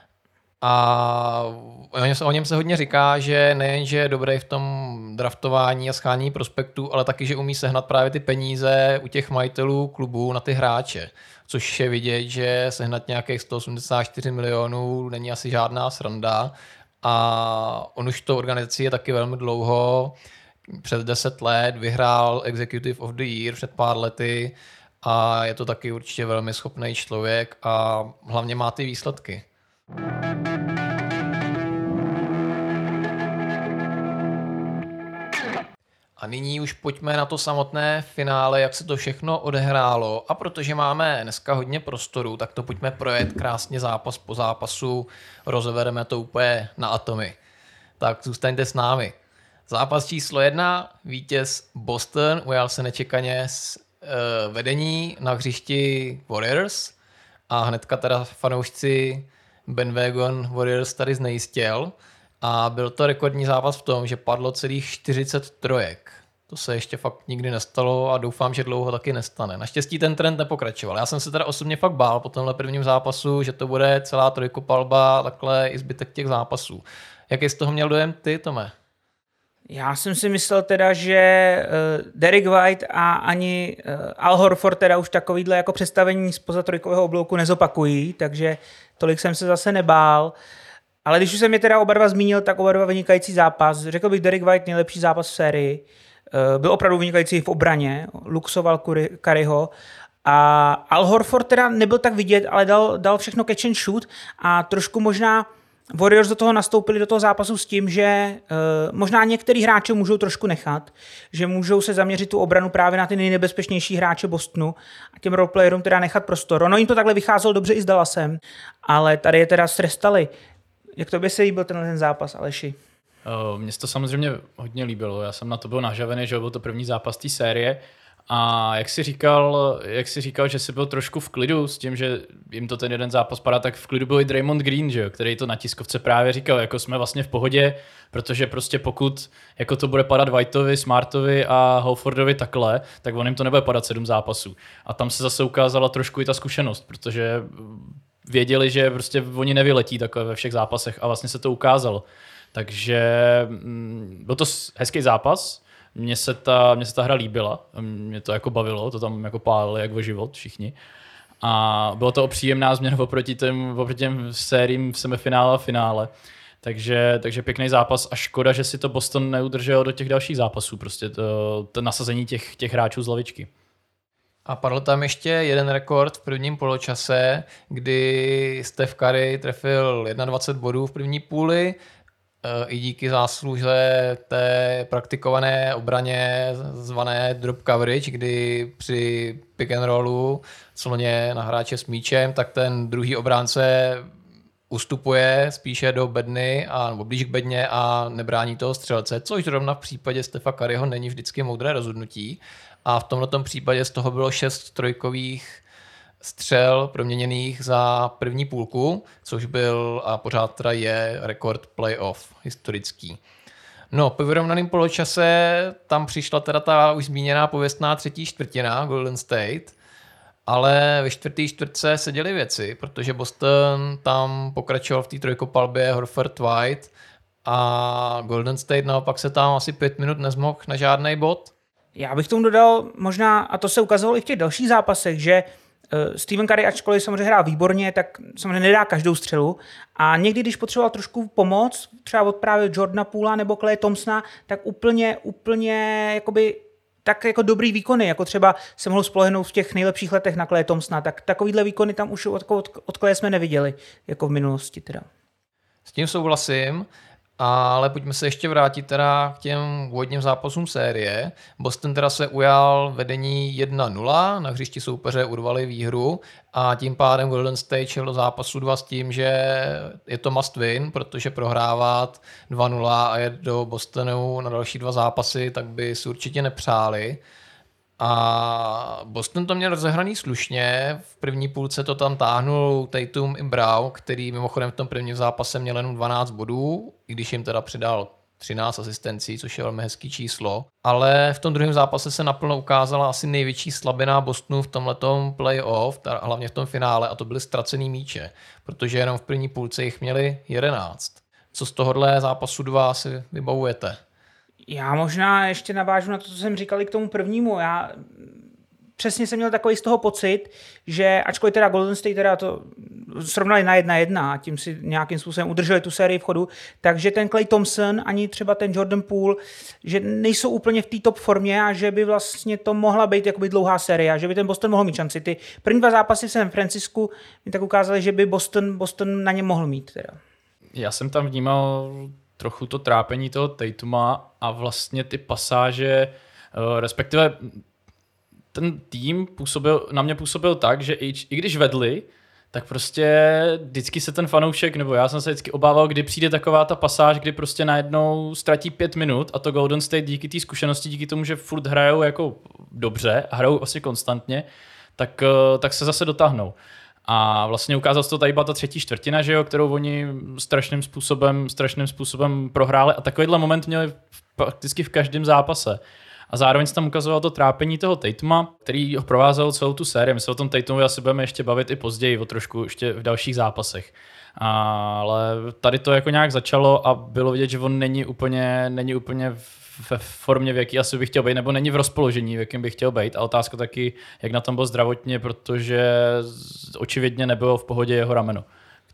A o něm, se, o něm se hodně říká, že nejen, že je dobrý v tom draftování a schání prospektů, ale taky, že umí sehnat právě ty peníze u těch majitelů klubů na ty hráče. Což je vidět, že sehnat nějakých sto osmdesát čtyři milionů není asi žádná sranda. A on už to organizací je taky velmi dlouho. Přes deset let vyhrál Executive of the Year před pár lety. A je to taky určitě velmi schopný člověk a hlavně má ty výsledky. A nyní už pojďme na to samotné finále, jak se to všechno odehrálo. A protože máme dneska hodně prostoru, tak to pojďme projet krásně zápas po zápasu. Rozevedeme to úplně na atomy. Tak zůstaňte s námi. Zápas číslo jedna, vítěz Boston, ujal se nečekaně z uh, vedení na hřišti Warriors a hnedka teda fanoušci bandwagon Warriors tady znejistěl. A byl to rekordní zápas v tom, že padlo celých čtyřicet trojek. To se ještě fakt nikdy nestalo a doufám, že dlouho taky nestane. Naštěstí ten trend nepokračoval. Já jsem se teda osobně fakt bál po tomhle prvním zápasu, že to bude celá trojkopalba, takhle i zbytek těch zápasů. Jaký z toho měl dojem ty, Tome? Já jsem si myslel teda, že uh, Derrick White a ani uh, Al Horford teda už takovýhle jako představení spoza trojkového oblouku nezopakují, takže tolik jsem se zase nebál. Ale když už jsem je teda oba dva zmínil, tak oba dva vynikající zápas. Řekl bych Derrick White nejlepší zápas v sérii. byl opravdu vynikající v obraně, luxoval Curryho. A Al Horford teda nebyl tak vidět, ale dal, dal všechno catch and shoot a trošku možná Warriors do toho nastoupili do toho zápasu s tím, že uh, možná některý hráče můžou trošku nechat, že můžou se zaměřit tu obranu právě na ty nejnebezpečnější hráče Bostonu a těm roleplayerům teda nechat prostor. Ono jim to takhle vycházelo dobře i s Dallasem, ale tady je teda strestali. Jak to by se líbil tenhle ten zápas, Aleši? Uh, mně se to samozřejmě hodně líbilo. Já jsem na to byl nažavený, že byl to první zápas té série. A jak jsi říkal, jak jsi říkal, že jsi byl trošku v klidu s tím, že jim to ten jeden zápas padá, tak v klidu byl i Draymond Green, že, který to na tiskovce právě říkal, jako jsme vlastně v pohodě, protože prostě pokud jako to bude padat Whiteovi, Smartovi a Holfordovi takhle, tak on jim to nebude padat sedm zápasů. A tam se zase ukázala trošku i ta zkušenost, protože věděli, že prostě oni nevyletí takhle ve všech zápasech a vlastně se to ukázalo. Takže byl to hezký zápas. Mně se, ta, mně se ta hra líbila, mě to jako bavilo, to tam jako pálili jak o život všichni. A bylo to příjemná změna oproti těm, oproti těm sériím v semifinále a finále. Takže, takže pěkný zápas a škoda, že si to Boston neudržel do těch dalších zápasů, prostě to, to nasazení těch, těch hráčů z lavičky. A padl tam ještě jeden rekord v prvním poločase, kdy Steph Curry trefil dvacet jedna bodů v první půli, i díky zásluze té praktikované obraně zvané drop coverage, kdy při pick and rollu cloně na hráče s míčem, tak ten druhý obránce ustupuje spíše do bedny a, nebo blíž k bedně a nebrání toho střelce, což zrovna v případě Stefa Curryho není vždycky moudré rozhodnutí. A v tomto případě z toho bylo šest trojkových střel proměněných za první půlku, což byl a pořád teda je rekord playoff historický. No, po vyrovnaném poločase tam přišla teda ta už zmíněná pověstná třetí čtvrtina Golden State, ale ve čtvrtý čtvrtce se děly věci, protože Boston tam pokračoval v té trojkopalbě Horford White a Golden State naopak se tam asi pět minut nezmohl na žádný bod. Já bych tomu dodal možná, a to se ukazovalo i v těch dalších zápasech, že Stephen Curry, ačkoliv samozřejmě hrál výborně, tak samozřejmě nedá každou střelu. A někdy, když potřeboval trošku pomoc, třeba od právě Jordana Poola nebo Claye Thompsona, tak úplně, úplně jakoby, tak jako dobrý výkony, jako třeba se mohl spolehnout v těch nejlepších letech na Claye Thompsona, tak takovýhle výkony tam už od, od, od Claye jsme neviděli, jako v minulosti teda. S tím souhlasím. Ale pojďme se ještě vrátit teda k těm úvodním zápasům série. Boston teda se ujal vedení jedna nula, na hřišti soupeře urvali výhru a tím pádem Golden State šel do zápasu dva s tím, že je to must win, protože prohrávat dva nula a jet do Bostonu na další dva zápasy, tak by si určitě nepřáli. A Boston to měl rozehraný slušně, v první půlce to tam táhnul Tatum i Brown, který mimochodem v tom prvním zápase měl jenom dvanáct bodů, i když jim teda přidal třináct asistencí, což je velmi hezký číslo. Ale v tom druhém zápase se naplno ukázala asi největší slabina Bostonu v tomhletom playoff, hlavně v tom finále, a to byly ztracený míče, protože jenom v první půlce jich měli jedenáct. Co z tohohle zápasu dva si vybavujete? Já možná ještě navážu na to, co jsem říkal i k tomu prvnímu. Já přesně jsem měl takový z toho pocit, že ačkoliv teda Golden State teda to srovnali na jedna jedna a tím si nějakým způsobem udrželi tu sérii v chodu, takže ten Clay Thompson ani třeba ten Jordan Poole, že nejsou úplně v té top formě a že by vlastně to mohla být jakoby dlouhá série a že by ten Boston mohl mít šanci. Ty první dva zápasy v San Francisku mi tak ukázali, že by Boston, Boston na ně mohl mít. Teda. Já jsem tam vnímal trochu to trápení toho Tatuma a vlastně ty pasáže, respektive ten tým působil, na mě působil tak, že i, i když vedli, tak prostě vždycky se ten fanoušek, nebo já jsem se vždycky obával, kdy přijde taková ta pasáž, kdy prostě najednou ztratí pět minut a to Golden State díky té zkušenosti, díky tomu, že furt hrajou jako dobře a hrajou asi konstantně, tak, tak se zase dotáhnou. A vlastně ukázal se to tady byla ta třetí čtvrtina, že jo, kterou oni strašným způsobem, strašným způsobem prohráli a takovýhle moment měli prakticky v každém zápase. A zároveň se tam ukazovalo to trápení toho Tatuma, který ho provázel celou tu sérii. My se o tom Tatumovi asi budeme ještě bavit i později, o trošku ještě v dalších zápasech. Ale tady to jako nějak začalo a bylo vidět, že on není úplně, není úplně ve formě, v jaký asi bych chtěl být, nebo není v rozpoložení, v jakém bych chtěl být. A otázka taky, jak na tom byl zdravotně, protože očividně nebylo v pohodě jeho rameno,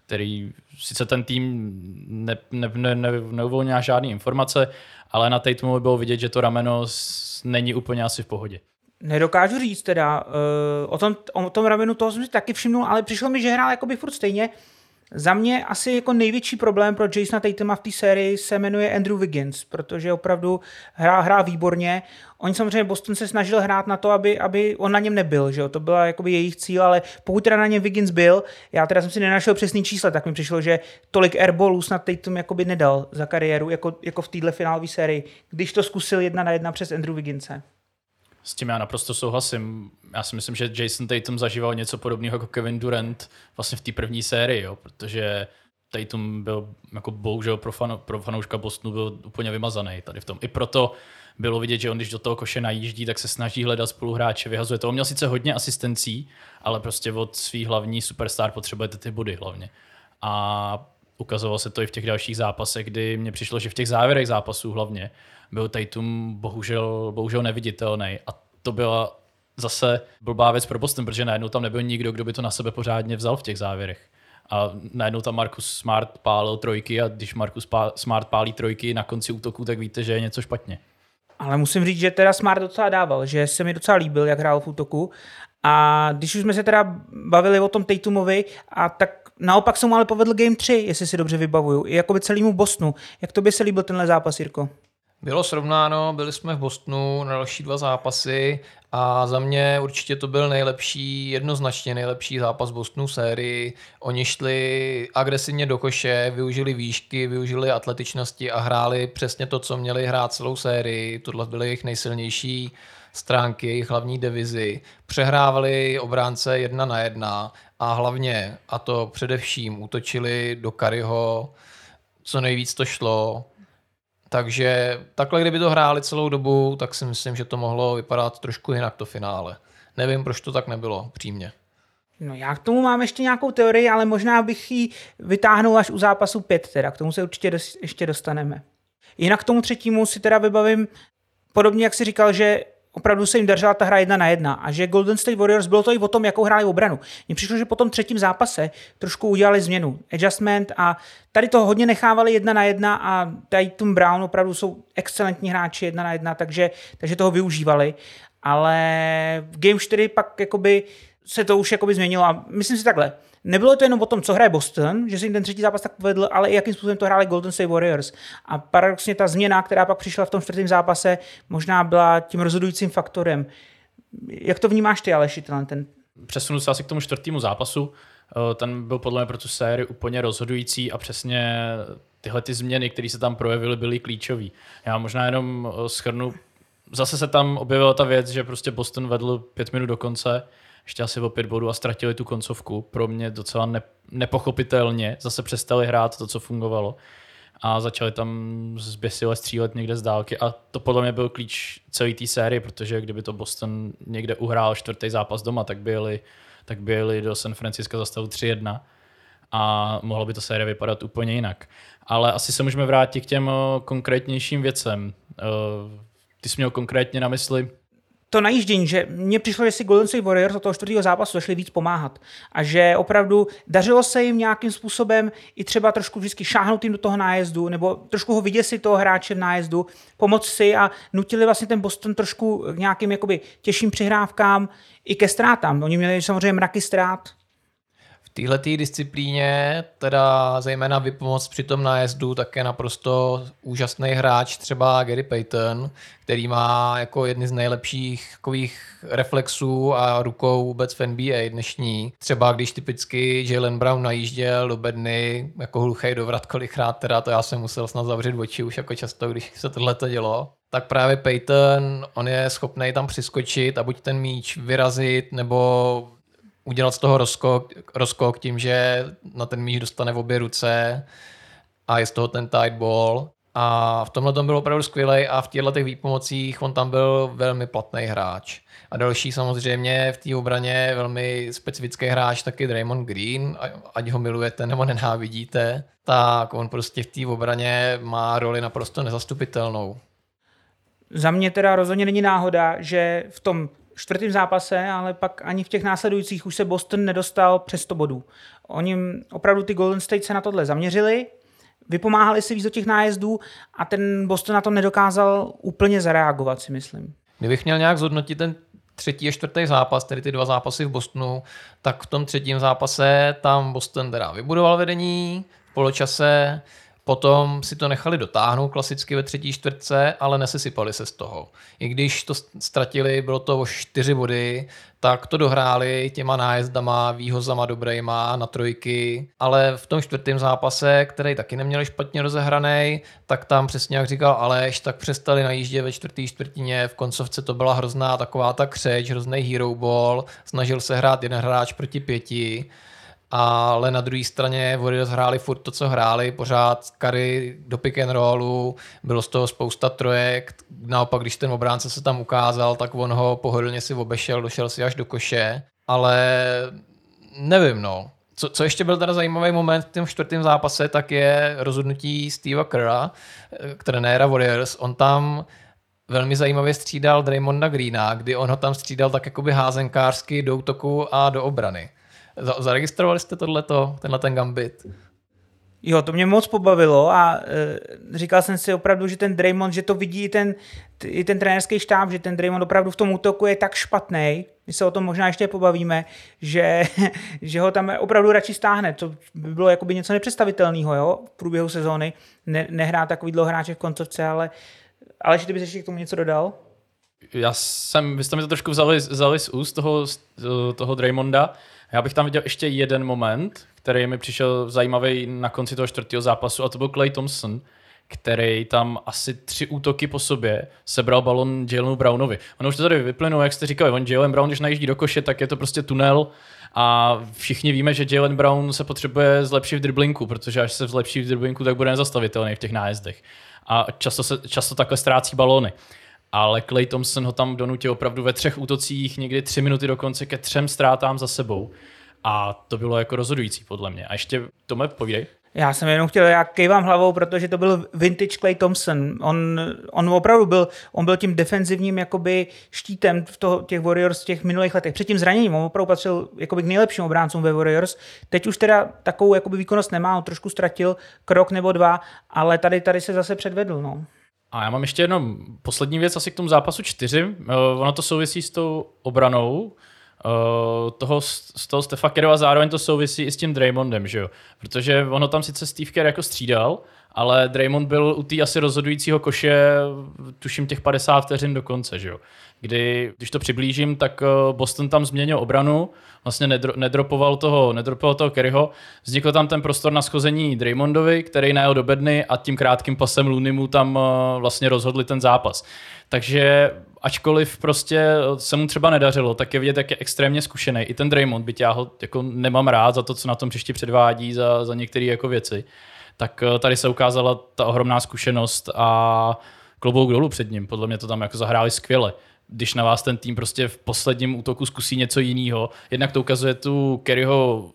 který sice ten tým ne, ne, ne, ne, neuvolňuje žádné informace, ale na Tatumovi bylo vidět, že to rameno není úplně asi v pohodě. Nedokážu říct teda, uh, o, tom, o tom ramenu toho jsem si taky všimnul, ale přišlo mi, že hrál jakoby furt stejně. Za mě asi jako největší problém pro Jasona Tatuma v té sérii se jmenuje Andrew Wiggins, protože opravdu hrál, hrál výborně. Oni samozřejmě Boston se snažil hrát na to, aby, aby on na něm nebyl, že jo? To byla jakoby jejich cíl, ale pokud teda na něm Wiggins byl, já teda jsem si nenašel přesný čísla, tak mi přišlo, že tolik airballů snad Tatum jakoby nedal za kariéru, jako, jako v téhle finálové sérii, když to zkusil jedna na jedna přes Andrew Wigginse. S tím já naprosto souhlasím. Já si myslím, že Jason Tatum zažíval něco podobného jako Kevin Durant vlastně v té první sérii, jo, protože Tatum byl jako bohužel pro, fan, pro fanouška Bostonu byl úplně vymazaný tady v tom. I proto bylo vidět, že on když do toho koše najíždí, tak se snaží hledat spoluhráče, vyhazuje to. On měl sice hodně asistencí, ale prostě od svý hlavní superstar potřebujete ty body hlavně. A ukazovalo se to i v těch dalších zápasech, kdy mně přišlo, že v těch závěrech zápasů hlavně byl Tatum bohužel, bohužel neviditelný. A to byla zase blbá věc pro Boston, protože najednou tam nebyl nikdo, kdo by to na sebe pořádně vzal v těch závěrech. A najednou tam Marcus Smart pálil trojky a když Marcus Smart pálí trojky na konci útoku, tak víte, že je něco špatně. Ale musím říct, že teda Smart docela dával, že se mi docela líbil, jak hrál v útoku. A když už jsme se teda bavili o tom Tatumovi, a tak naopak se mu ale povedl Game tři, jestli si dobře vybavuju, i jakoby celému Bostonu. Jak to by se líbil tenhle zápas, Jirko? Bylo srovnáno, byli jsme v Bostonu na další dva zápasy a za mě určitě to byl nejlepší, jednoznačně nejlepší zápas Bostonu sérii. Oni šli agresivně do koše, využili výšky, využili atletičnosti a hráli přesně to, co měli hrát celou sérii. Tohle byly jejich nejsilnější stránky, jejich hlavní devizy. Přehrávali obránce jedna na jedna a hlavně, a to především, útočili do Curryho, co nejvíc to šlo. Takže takhle, kdyby to hráli celou dobu, tak si myslím, že to mohlo vypadat trošku jinak to finále. Nevím, proč to tak nebylo, přímě. No já k tomu mám ještě nějakou teorii, ale možná bych ji vytáhnul až u zápasu pět, teda k tomu se určitě dos- ještě dostaneme. Jinak k tomu třetímu si teda vybavím, podobně jak jsi říkal, že opravdu se jim dařila ta hra jedna na jedna a že Golden State Warriors bylo to i o tom, jakou hráli obranu. Mně přišlo, že po tom třetím zápase trošku udělali změnu, adjustment a tady to hodně nechávali jedna na jedna a Tatum Brown opravdu jsou excelentní hráči jedna na jedna, takže, takže toho využívali, ale v Game čtyři pak jakoby se to už jakoby změnilo a myslím si takhle. Nebylo to jenom o tom, co hraje Boston, že se jim ten třetí zápas tak povedl, ale i jakým způsobem to hráli Golden State Warriors. A paradoxně ta změna, která pak přišla v tom čtvrtém zápase, možná byla tím rozhodujícím faktorem. Jak to vnímáš ty, Aleši, ten? Přesunu se asi k tomu čtvrtému zápasu. Ten byl podle mě pro tu sérii úplně rozhodující a přesně tyhle ty změny, které se tam projevily, byly klíčové. Já možná jenom shrnu. Zase se tam objevila ta věc, že prostě Boston vedl pět minut do konce, ještě asi o pět bodů a ztratili tu koncovku. Pro mě docela ne, nepochopitelně zase přestali hrát to, co fungovalo a začali tam zběsile střílet někde z dálky a to podle mě byl klíč celé té série, protože kdyby to Boston někde uhrál čtvrtý zápas doma, tak by jeli, tak by jeli do San Francisca za stavu tři jedna a mohla by to série vypadat úplně jinak. Ale asi se můžeme vrátit k těm konkrétnějším věcem. Ty jsi měl konkrétně na mysli to najíždění, že mně přišlo, že si Golden State Warriors do toho čtvrtého zápasu zašli víc pomáhat a že opravdu dařilo se jim nějakým způsobem i třeba trošku vždycky šáhnout jim do toho nájezdu nebo trošku ho vyděsit toho hráče v nájezdu, pomoct si a nutili vlastně ten Boston trošku k nějakým jakoby těžším přihrávkám i ke ztrátám. Oni měli samozřejmě mraky ztrát. V této disciplíně, teda zejména vypomoc při tom nájezdu, tak je naprosto úžasný hráč, třeba Gary Payton, který má jako jedny z nejlepších takových reflexů a rukou vůbec v N B A dnešní. Třeba když typicky Jaylen Brown najížděl do bedny, jako hluchej do vrat kolikrát, teda to já jsem musel snad zavřít oči už jako často, když se tohleto dělo. Tak právě Payton, on je schopný tam přiskočit a buď ten míč vyrazit, nebo udělat z toho rozskok, rozskok tím, že na ten míč dostane v obě ruce a je z toho ten tight ball. A v tomhle tom byl opravdu skvělej a v těchto těch výpomocích on tam byl velmi platný hráč. A další samozřejmě v té obraně velmi specifický hráč, taky Draymond Green, ať ho milujete nebo nenávidíte, tak on prostě v té obraně má roli naprosto nezastupitelnou. Za mě teda rozhodně není náhoda, že v tom čtvrtém zápase, ale pak ani v těch následujících už se Boston nedostal přes sto bodů. Oni opravdu ty Golden State se na tohle zaměřili, vypomáhali si víc do těch nájezdů a ten Boston na to nedokázal úplně zareagovat, si myslím. Kdybych měl nějak zhodnotit ten třetí a čtvrtý zápas, tedy ty dva zápasy v Bostonu, tak v tom třetím zápase tam Boston teda vybudoval vedení v poločase, potom si to nechali dotáhnout klasicky ve třetí čtvrtce, ale nesesypali se z toho. I když to ztratili, bylo to o čtyři body, tak to dohráli těma nájezdama, výhozama dobrejma na trojky, ale v tom čtvrtém zápase, který taky neměli špatně rozehranej, tak tam přesně jak říkal Aleš, tak přestali najíždět ve čtvrtý čtvrtině, v koncovce to byla hrozná taková ta křeč, hrozný hero ball, snažil se hrát jeden hráč proti pěti, ale na druhé straně Warriors hráli furt to, co hráli, pořád Curry do pick and rollu, bylo z toho spousta trojek, naopak když ten obránce se tam ukázal, tak on ho pohodlně si obešel, došel si až do koše, ale nevím, no. Co, co ještě byl teda zajímavý moment v tom čtvrtém zápase, tak je rozhodnutí Steva Kerra, trenéra Warriors. On tam velmi zajímavě střídal Draymonda Greena, kdy on ho tam střídal tak jakoby házenkářsky do útoku a do obrany. Zaregistrovali jste tohleto, tenhle ten gambit? Jo, to mě moc pobavilo a e, říkal jsem si opravdu, že ten Draymond, že to vidí i ten, i ten trenérský štáb, že ten Draymond opravdu v tom útoku je tak špatný, my se o tom možná ještě pobavíme, že, že ho tam opravdu radši stáhne, to by bylo jakoby něco nepředstavitelného, jo, v průběhu sezóny, ne, nehrá takový hráče v koncovce, ale, ale že ty bys ještě k tomu něco dodal? Já jsem, vy jste mi to trošku vzali, vzali z úst toho, toho Draymonda. Já bych tam viděl ještě jeden moment, který mi přišel zajímavý na konci toho čtvrtého zápasu, a to byl Klay Thompson, který tam asi tři útoky po sobě sebral balon Jalenu Brownovi. Ono už to tady vyplynulo, jak jste říkali, on Jalen Brown, když najíždí do koše, tak je to prostě tunel a všichni víme, že Jalen Brown se potřebuje zlepšit v driblinku, protože až se zlepší v driblinku, tak bude nezastavitelný v těch nájezdech. A často, se, často takhle ztrácí balony. Ale Klay Thompson ho tam donutil opravdu ve třech útocích, někdy tři minuty dokonce ke třem ztrátám za sebou. A to bylo jako rozhodující podle mě. A ještě Tome, povídej. Já jsem jenom chtěl, já kejvám hlavou, protože to byl vintage Klay Thompson. On, on opravdu byl, on byl tím defenzivním jakoby štítem v toho, těch Warriors v těch minulých letech. Před tím zraněním on opravdu patřil jakoby k nejlepším obráncům ve Warriors. Teď už teda takovou jakoby výkonnost nemá, on trošku ztratil krok nebo dva, ale tady, tady se zase předvedl. No. A já mám ještě jenom poslední věc asi k tomu zápasu čtyři. Uh, ono to souvisí s tou obranou uh, toho, z toho Stefa Curryho a zároveň to souvisí i s tím Draymondem, že jo? Protože ono tam sice Steve Kerr jako střídal, ale Draymond byl u té asi rozhodujícího koše, tuším těch padesát vteřin do konce, že jo? Kdy, když to přiblížím, tak Boston tam změnil obranu, vlastně nedro, nedropoval toho, nedropoval toho Curryho, vznikl tam ten prostor na schození Draymondovi, který najel do bedny a tím krátkým pasem Looney mu tam vlastně rozhodli ten zápas. Takže ačkoliv prostě se mu třeba nedařilo, tak je vidět, jak je extrémně zkušený. I ten Draymond, byť já ho jako nemám rád za to, co na tom příště předvádí, za, za některé jako věci, tak tady se ukázala ta ohromná zkušenost a klobouk dolů před ním. Podle mě to tam jako zahráli skvěle. Když na vás ten tým prostě v posledním útoku zkusí něco jiného. Jednak to ukazuje tu Curryho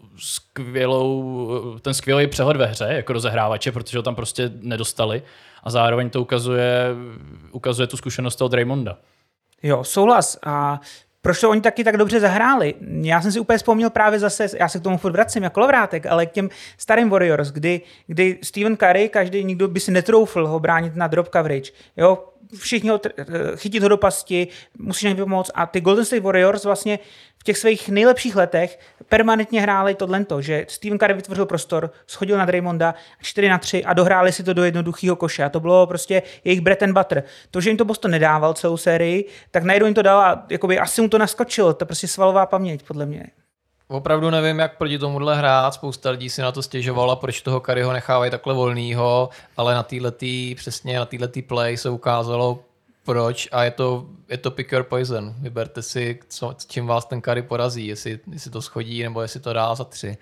skvělou, ten skvělý přehled ve hře, jako rozehrávače, protože ho tam prostě nedostali. A zároveň to ukazuje, ukazuje tu zkušenost toho Draymonda. Jo, souhlas. A proč to oni taky tak dobře zahráli? Já jsem si úplně vzpomněl právě zase, já se k tomu furt vracím jako lovrátek, ale k těm starým Warriors, kdy, kdy Stephen Curry, každý, nikdo by si netroufl ho bránit na drop coverage. Jo, všichni ho tr- chytit ho do pasti, musíš jim pomoct. A ty Golden State Warriors vlastně v těch svých nejlepších letech permanentně hráli tohle, že Stephen Curry vytvořil prostor, schodil na Draymonda čtyři na tři a dohráli si to do jednoduchého koše. A to bylo prostě jejich bread and butter. To, že jim to Boston nedával celou sérii, tak najednou jim to dal a jakoby asi mu to naskočilo. To prostě svalová paměť, podle mě. Opravdu nevím, jak proti tomuhle hrát. Spousta lidí si na to stěžovala, proč toho Curryho nechávají takhle volnýho, ale na téhletý, přesně na téhletý play se ukázalo, proč, a je to, je to pick your poison. Vyberte si, co, čím vás ten Curry porazí, jestli, jestli to schodí, nebo jestli to dá za tři.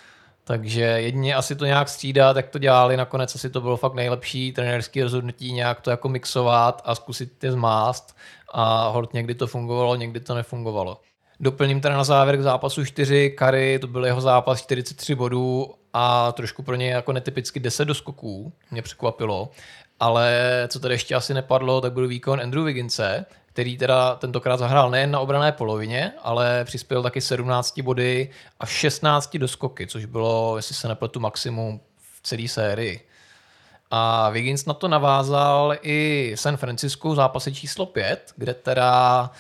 Takže jedině asi to nějak střídat, jak to dělali, nakonec asi to bylo fakt nejlepší trenérský rozhodnutí, nějak to jako mixovat a zkusit je zmást, a holt někdy to fungovalo, někdy to nefungovalo. Doplním teda na závěr k zápasu čtyři, Curry, to byl jeho zápas čtyřicet tři bodů a trošku pro něj jako netypicky deset doskoků, mě překvapilo. Ale co tady ještě asi nepadlo, tak byl výkon Andrew Wigginse, který teda tentokrát zahrál nejen na obranné polovině, ale přispěl taky sedmnácti body a šestnácti doskoky, což bylo, jestli se nepletu, maximum v celé sérii. A Wiggins na to navázal i v San Francisku v zápase číslo pět, kde teda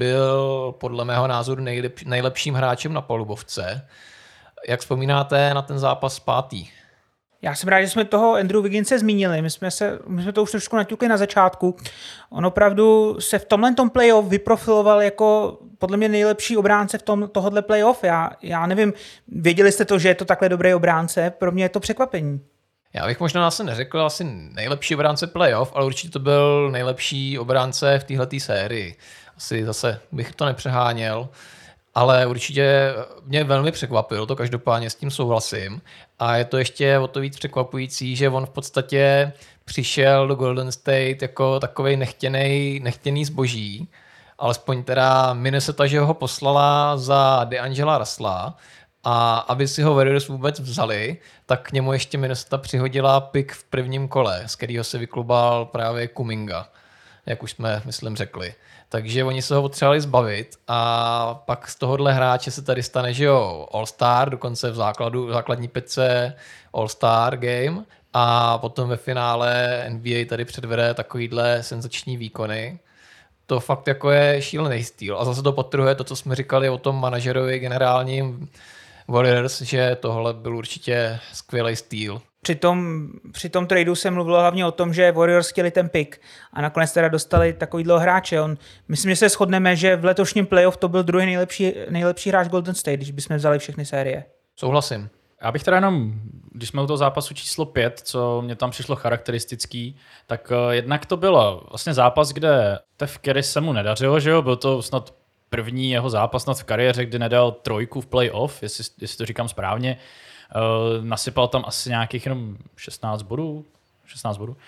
byl podle mého názoru nejlep, nejlepším hráčem na palubovce. Jak vzpomínáte na ten zápas pátý? Já jsem rád, že jsme toho Andrew Wigginse zmínili. My jsme, se, my jsme to už trošku naťukli na začátku. On opravdu se v tomhle tom playoff vyprofiloval jako podle mě nejlepší obránce v tom, tohohle playoff. Já, já nevím, věděli jste to, že je to takhle dobrý obránce? Pro mě je to překvapení. Já bych možná asi neřekl asi nejlepší obránce playoff, ale určitě to byl nejlepší obránce v téhleté sérii. Asi zase bych to nepřeháněl, ale určitě mě velmi překvapilo, to každopádně s tím souhlasím. A je to ještě o to víc překvapující, že on v podstatě přišel do Golden State jako takovej nechtěnej, nechtěný zboží, alespoň teda Minnesota, že ho poslala za DeAngela Russella, a aby si ho Warriors vůbec vzali, tak k němu ještě Minnesota přihodila pick v prvním kole, z kterého se vyklubal právě Kuminga, jak už jsme, myslím, řekli. Takže oni se ho potřebovali zbavit a pak z tohohle hráče se tady stane, že jo, All-Star, dokonce v základu, v základní pětce All-Star game a potom ve finále N B A tady předvede takovýhle senzační výkony. To fakt jako je šílený styl a zase to podtrhuje to, co jsme říkali o tom manažerovi generálním Warriors, že tohle byl určitě skvělý styl. Při tom, při tom tradu se mluvilo hlavně o tom, že Warriors chtěli ten pick a nakonec teda dostali takovýhle hráče. On, myslím, že se shodneme, že v letošním playoff to byl druhý nejlepší, nejlepší hráč Golden State, když bychom vzali všechny série. Souhlasím. Já bych teda jenom, když jsme u toho zápasu číslo pět, co mě tam přišlo charakteristický, tak uh, jednak to byl vlastně zápas, kde Steph Curry se mu nedařilo, že jo, byl to snad první jeho zápas snad v kariéře, kdy nedal trojku v playoff, jestli, jestli to říkám správně. Uh, nasypal tam asi nějakých jenom šestnáct bodů. šestnáct bodů.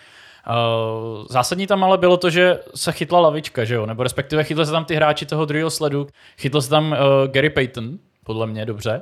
Uh, zásadní tam ale bylo to, že se chytla lavička, že jo? Nebo respektive chytli se tam ty hráči toho druhého sledu. Chytl se tam uh, Gary Payton, podle mě dobře.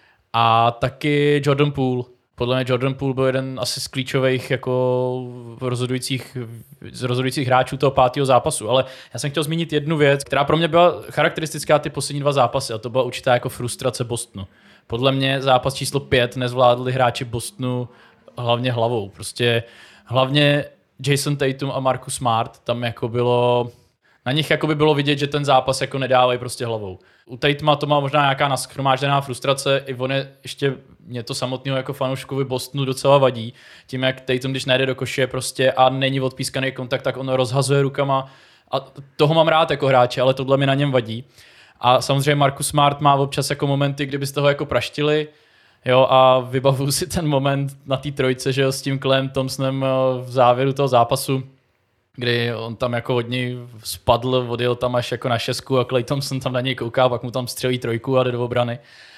A taky Jordan Poole. Podle mě Jordan Poole byl jeden asi z klíčových jako rozhodujících, z rozhodujících hráčů toho pátého zápasu. Ale já jsem chtěl zmínit jednu věc, která pro mě byla charakteristická ty poslední dva zápasy, a to byla určitá jako frustrace Bostonu. Podle mě zápas číslo pět nezvládli hráči Bostonu hlavně hlavou. Prostě hlavně Jason Tatum a Marcus Smart, tam jako bylo, na nich jako by bylo vidět, že ten zápas jako nedávají prostě hlavou. U Tatuma to má možná nějaká naschromážděná frustrace, i on je ještě, mě to samotného jako fanouškovi Bostonu docela vadí. Tím, jak Tatum, když nejde do koše prostě a není odpískaný kontakt, tak on rozhazuje rukama a toho mám rád jako hráče, ale tohle mi na něm vadí. A samozřejmě Marcus Smart má občas jako momenty, kdyby z toho jako praštili, jo, a vybavuju si ten moment na té trojce, že jo, s tím Clayem Thompsonem v závěru toho zápasu, kdy on tam jako od něj spadl, odjel tam až jako na šestku a Klay Thompson tam na něj kouká, pak mu tam střelí trojku a jde do obrany.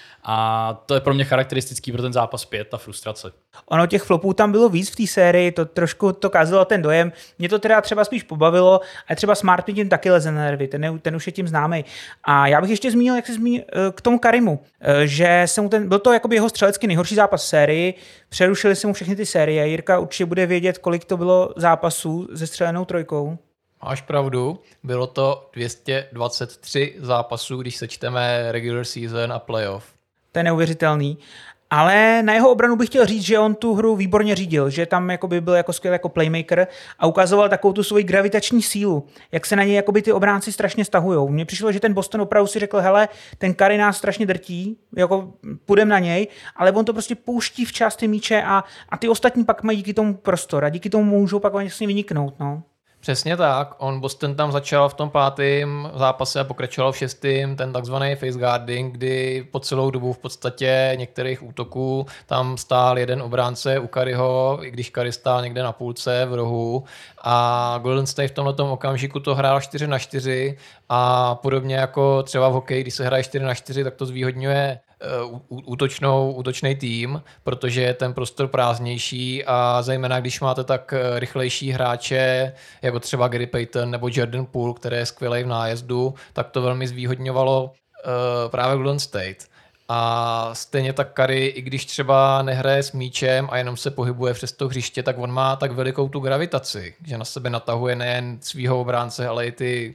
A to je pro mě charakteristický pro ten zápas pět, ta frustrace. Ono těch flopů tam bylo víc v té sérii, to trošku to kazilo ten dojem. Mě to teda třeba spíš pobavilo, a třeba Smart tím taky leze na nervy, ten, je, ten už je tím známý. A já bych ještě zmínil, jak se zmínil k tomu Karimu, že se mu ten, byl to jakoby jeho střelecky nejhorší zápas v sérii, přerušili se mu všechny ty série. Jirka určitě bude vědět, kolik to bylo zápasů se střelenou trojkou. Máš pravdu, bylo to dvě stě dvacet tři zápasů, když sečteme regular season a playoff. To je neuvěřitelný. Ale na jeho obranu bych chtěl říct, že on tu hru výborně řídil, že tam jakoby byl jako skvělý jako playmaker a ukazoval takovou tu svoji gravitační sílu, jak se na něj jakoby ty obránci strašně stahujou. Mně přišlo, že ten Boston opravdu si řekl, hele, ten Curry nás strašně drtí, jako půjdem na něj, ale on to prostě pouští včas ty míče a, a ty ostatní pak mají díky tomu prostor a díky tomu můžou pak vlastně vyniknout. No. Přesně tak, on Boston tam začal v tom pátém zápase a pokračoval v šestém, ten takzvaný face guarding, kdy po celou dobu v podstatě některých útoků tam stál jeden obránce u Curryho, i když Curry stál někde na půlce v rohu a Golden State v tomhletom okamžiku to hrál čtyři na čtyři a podobně jako třeba v hokeji, když se hraje čtyři na čtyři, tak to zvýhodňuje útočnou, útočný tým, protože je ten prostor prázdnější a zejména když máte tak rychlejší hráče, jako třeba Gary Payton nebo Jordan Poole, který je skvělej v nájezdu, tak to velmi zvýhodňovalo uh, právě Golden State. A stejně tak Curry, i když třeba nehraje s míčem a jenom se pohybuje přes to hřiště, tak on má tak velikou tu gravitaci, že na sebe natahuje nejen svýho obránce, ale i ty,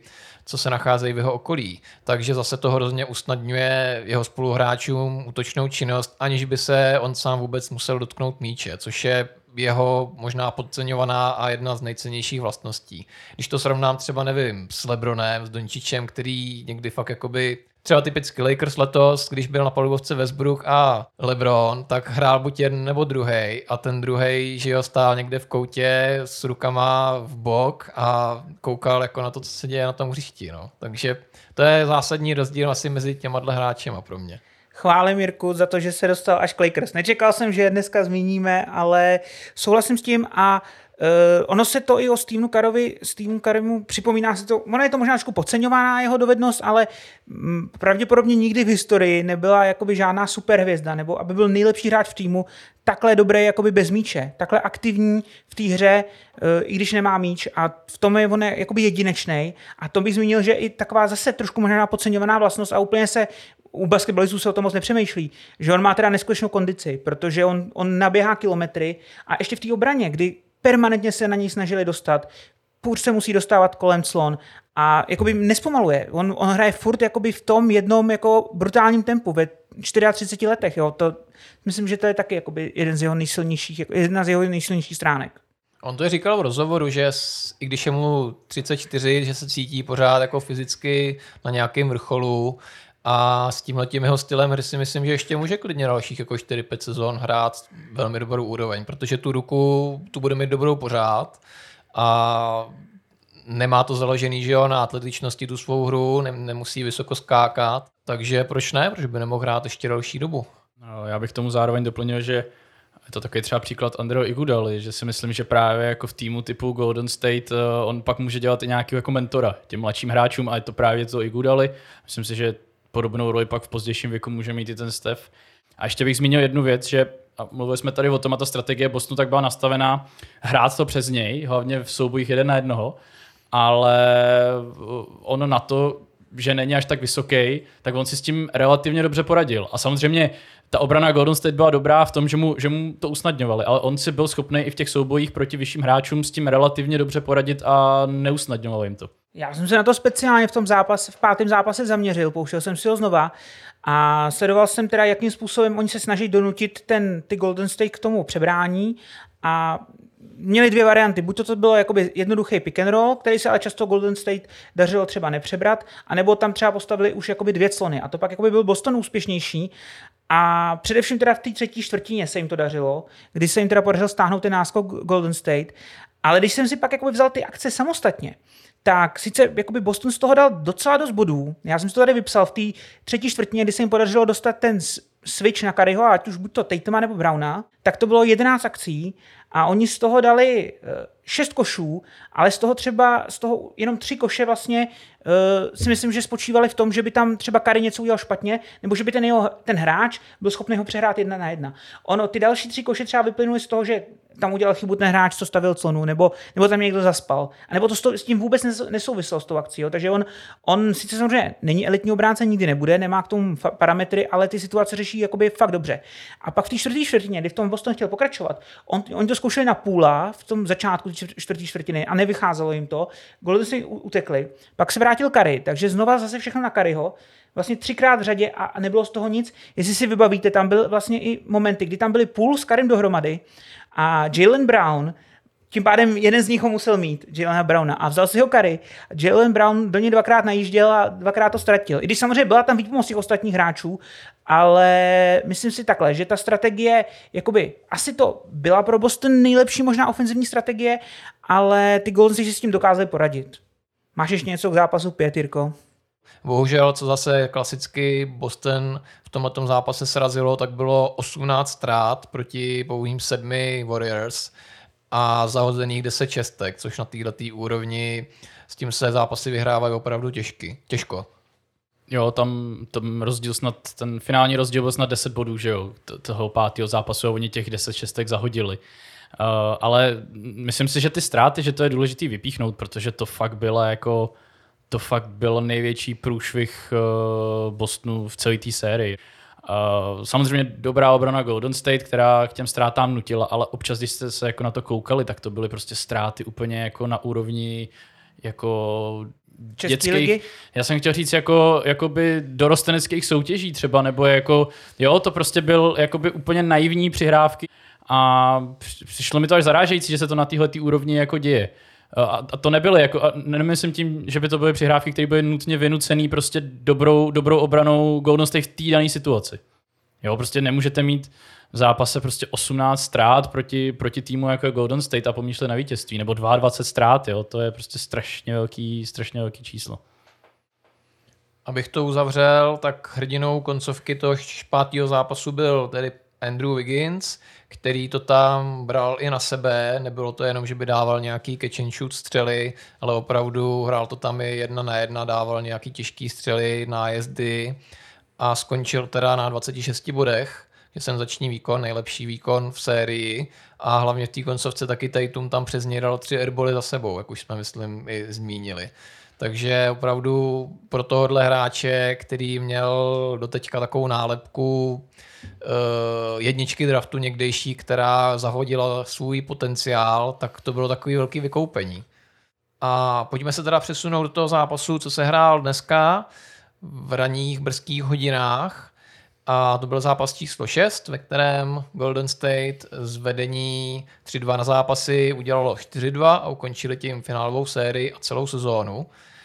co se nacházejí v jeho okolí. Takže zase to hrozně usnadňuje jeho spoluhráčům útočnou činnost, aniž by se on sám vůbec musel dotknout míče, což je jeho možná podceňovaná a jedna z nejcennějších vlastností. Když to srovnám třeba, nevím, s LeBronem, s Dončičem, který někdy fakt jakoby třeba typicky Lakers letos, když byl na palubovce Westbrook a LeBron, tak hrál buď jeden nebo druhej a ten druhej, že jo, stál někde v koutě s rukama v bok a koukal jako na to, co se děje na tom hřišti. No. Takže to je zásadní rozdíl asi mezi těma hráčema pro mě. Chválím Jirku za to, že se dostal až k Lakers. Nečekal jsem, že je dneska zmíníme, ale souhlasím s tím a Uh, ono se to i o Stephenu Curryovi, Stephenu Currymu připomíná se to, ono je to možná trošku podceňovaná jeho dovednost, ale m, pravděpodobně nikdy v historii nebyla jakoby žádná superhvězda, nebo aby byl nejlepší hráč v týmu, takhle dobrý jakoby bez míče, takhle aktivní v té hře, uh, i když nemá míč a v tom je on je jakoby jedinečnej a to bych zmínil, že i taková zase trošku možná podceňovaná vlastnost a úplně se u basketbalistů se o tom moc nepřemýšlí, že on má teda neskutečnou kondici, protože on, on naběhá kilometry a ještě v té obraně, kdy permanentně se na něj snažili dostat, furt se musí dostávat kolem clon a jakoby nespomaluje. On, on hraje furt jakoby v tom jednom jako brutálním tempu ve třiceti čtyřech letech. Jo. To, myslím, že to je taky jakoby jeden z jeho nejsilnějších, jedna z jeho nejsilnějších stránek. On to říkal v rozhovoru, že i když je mu třicet čtyři, že se cítí pořád jako fyzicky na nějakém vrcholu a s tímhletím jeho stylem hry si myslím, že ještě může klidně dalších jako čtyři pět sezon hrát velmi dobrou úroveň, protože tu ruku tu bude mít dobrou pořád a nemá to založený, že jo, na atletičnosti tu svou hru, ne, nemusí vysoko skákat, takže proč ne, proč by nemohl hrát ještě další dobu. No, já bych tomu zároveň doplnil, že je to takový třeba příklad Andreho Iguodali, že si myslím, že právě jako v týmu typu Golden State on pak může dělat i nějaký jako mentora těm mladším hráčům a je to právě to Iguodali. Myslím si, že podobnou roli pak v pozdějším věku může mít i ten Steph. A ještě bych zmínil jednu věc, že a mluvili jsme tady o tom, a ta strategie Bostonu tak byla nastavená hrát to přes něj, hlavně v soubojích jeden na jednoho, ale on na to, že není až tak vysoký, tak on si s tím relativně dobře poradil. A samozřejmě ta obrana Golden State byla dobrá v tom, že mu, že mu to usnadňovali, ale on si byl schopný i v těch soubojích proti vyšším hráčům s tím relativně dobře poradit a neusnadňoval jim to. Já jsem se na to speciálně v tom zápase, v pátém zápase zaměřil, pouštěl jsem si ho znova a sledoval jsem teda, jakým způsobem oni se snaží donutit ten, ty Golden State k tomu přebrání a měli dvě varianty. Buď to, to bylo jakoby jednoduchý pick and roll, který se ale často Golden State dařilo třeba nepřebrat, anebo tam třeba postavili už jakoby dvě clony a to pak jakoby byl Boston úspěšnější. A především teda v té třetí čtvrtině se jim to dařilo, kdy se jim teda podařilo stáhnout ten náskok Golden State, ale když jsem si pak jakoby vzal ty akce samostatně, tak sice jakoby Boston z toho dal docela dost bodů. Já jsem si to tady vypsal v té třetí čtvrtině, kdy se jim podařilo dostat ten switch na Curryho, ať už buď to Tatuma nebo Browna, tak to bylo jedenáct akcí a oni z toho dali šest košů, ale z toho třeba z toho jenom tři koše vlastně uh, si myslím, že spočívali v tom, že by tam třeba Curry něco udělal špatně, nebo že by ten, jeho, ten hráč byl schopný ho přehrát jedna na jedna. Ono, ty další tři koše třeba vyplynuly z toho, že tam udělal chybu ten hráč, co stavil clonu, nebo, nebo tam někdo zaspal. A nebo to s tím vůbec nesouviselo s tou akcí. Jo? Takže on, on sice samozřejmě není elitní obránce, nikdy nebude, nemá k tomu parametry, ale ty situace řeší jakoby fakt dobře. A pak v té čtvrtý čtvrtině, kdy v tom Boston chtěl pokračovat, on, oni to zkoušeli na půla v tom začátku čtvrtý čtvrtiny a nevycházelo jim to. Golden State utekli. Pak se vrátil Curry, takže znova zase všechno na Curryho. Vlastně třikrát v řadě a nebylo z toho nic. Jestli si vybavíte, tam byl vlastně i momenty, kdy tam byli půl s Currym dohromady a Jaylen Brown, tím pádem jeden z nich ho musel mít, Jaylena Browna, a vzal si ho Curry. Jaylen Brown do něj dvakrát najížděl a dvakrát to ztratil. I když samozřejmě byla tam výpomoc těch ostatních hráčů, ale myslím si takhle, že ta strategie, jakoby, asi to byla pro Boston nejlepší možná ofenzivní strategie, ale ty Golden State si s tím dokázali poradit. Máš ještě něco k zápasu pět, Jirko? Bohužel, co zase klasicky Boston v tomto zápase srazilo, tak bylo osmnáct ztrát proti pouhým sedmi Warriors a zahozených deset šestek, což na této úrovni s tím se zápasy vyhrávají opravdu těžky, těžko. Jo, tam, tam rozdíl snad, ten finální rozdíl byl snad deset bodů, že jo, toho pátého zápasu a oni těch deset šestek zahodili. Uh, ale myslím si, že ty ztráty, že to je důležitý vypíchnout, protože to fakt bylo jako to fakt byl největší průšvih uh, Bostonu v celé té sérii. Uh, samozřejmě dobrá obrana Golden State, která k těm ztrátám nutila, ale občas, když jste se jako na to koukali, tak to byly prostě ztráty úplně jako na úrovni jako Český dětských, ligy? Já jsem chtěl říct jako jakoby dorosteneckých soutěží třeba, nebo jako, jo, to prostě byl jakoby úplně naivní přihrávky a přišlo mi to až zarážející, že se to na téhletý úrovni jako děje. A to nebyly, jako, a nemyslím tím, že by to byly přihrávky, které byly nutně vynucený prostě dobrou, dobrou obranou Golden State v té dané situaci. Jo, prostě nemůžete mít v zápase prostě osmnáct ztrát proti, proti týmu jako je Golden State a pomýšlet na vítězství, nebo dvacet dva ztrát, jo, to je prostě strašně velký, strašně velký číslo. Abych to uzavřel, tak hrdinou koncovky toho pátého zápasu byl tedy Andrew Wiggins, který to tam bral i na sebe, nebylo to jenom, že by dával nějaký catch and shoot střely, ale opravdu hrál to tam i jedna na jedna, dával nějaký těžký střely, nájezdy a skončil teda na dvaceti šesti bodech, že senzační výkon, nejlepší výkon v sérii a hlavně v té koncovce taky Tatum tam přes něj dal tři airboly za sebou, jak už jsme myslím i zmínili. Takže opravdu pro tohohle hráče, který měl doteďka takovou nálepku uh, jedničky draftu někdejší, která zahodila svůj potenciál, tak to bylo takový velký vykoupení. A pojďme se teda přesunout do toho zápasu, co se hrál dneska v ranních brzkých hodinách. A to byl zápas číslo šest, ve kterém Golden State z vedení tři dva na zápasy udělalo čtyři dva a ukončili tím finálovou sérii a celou sezónu.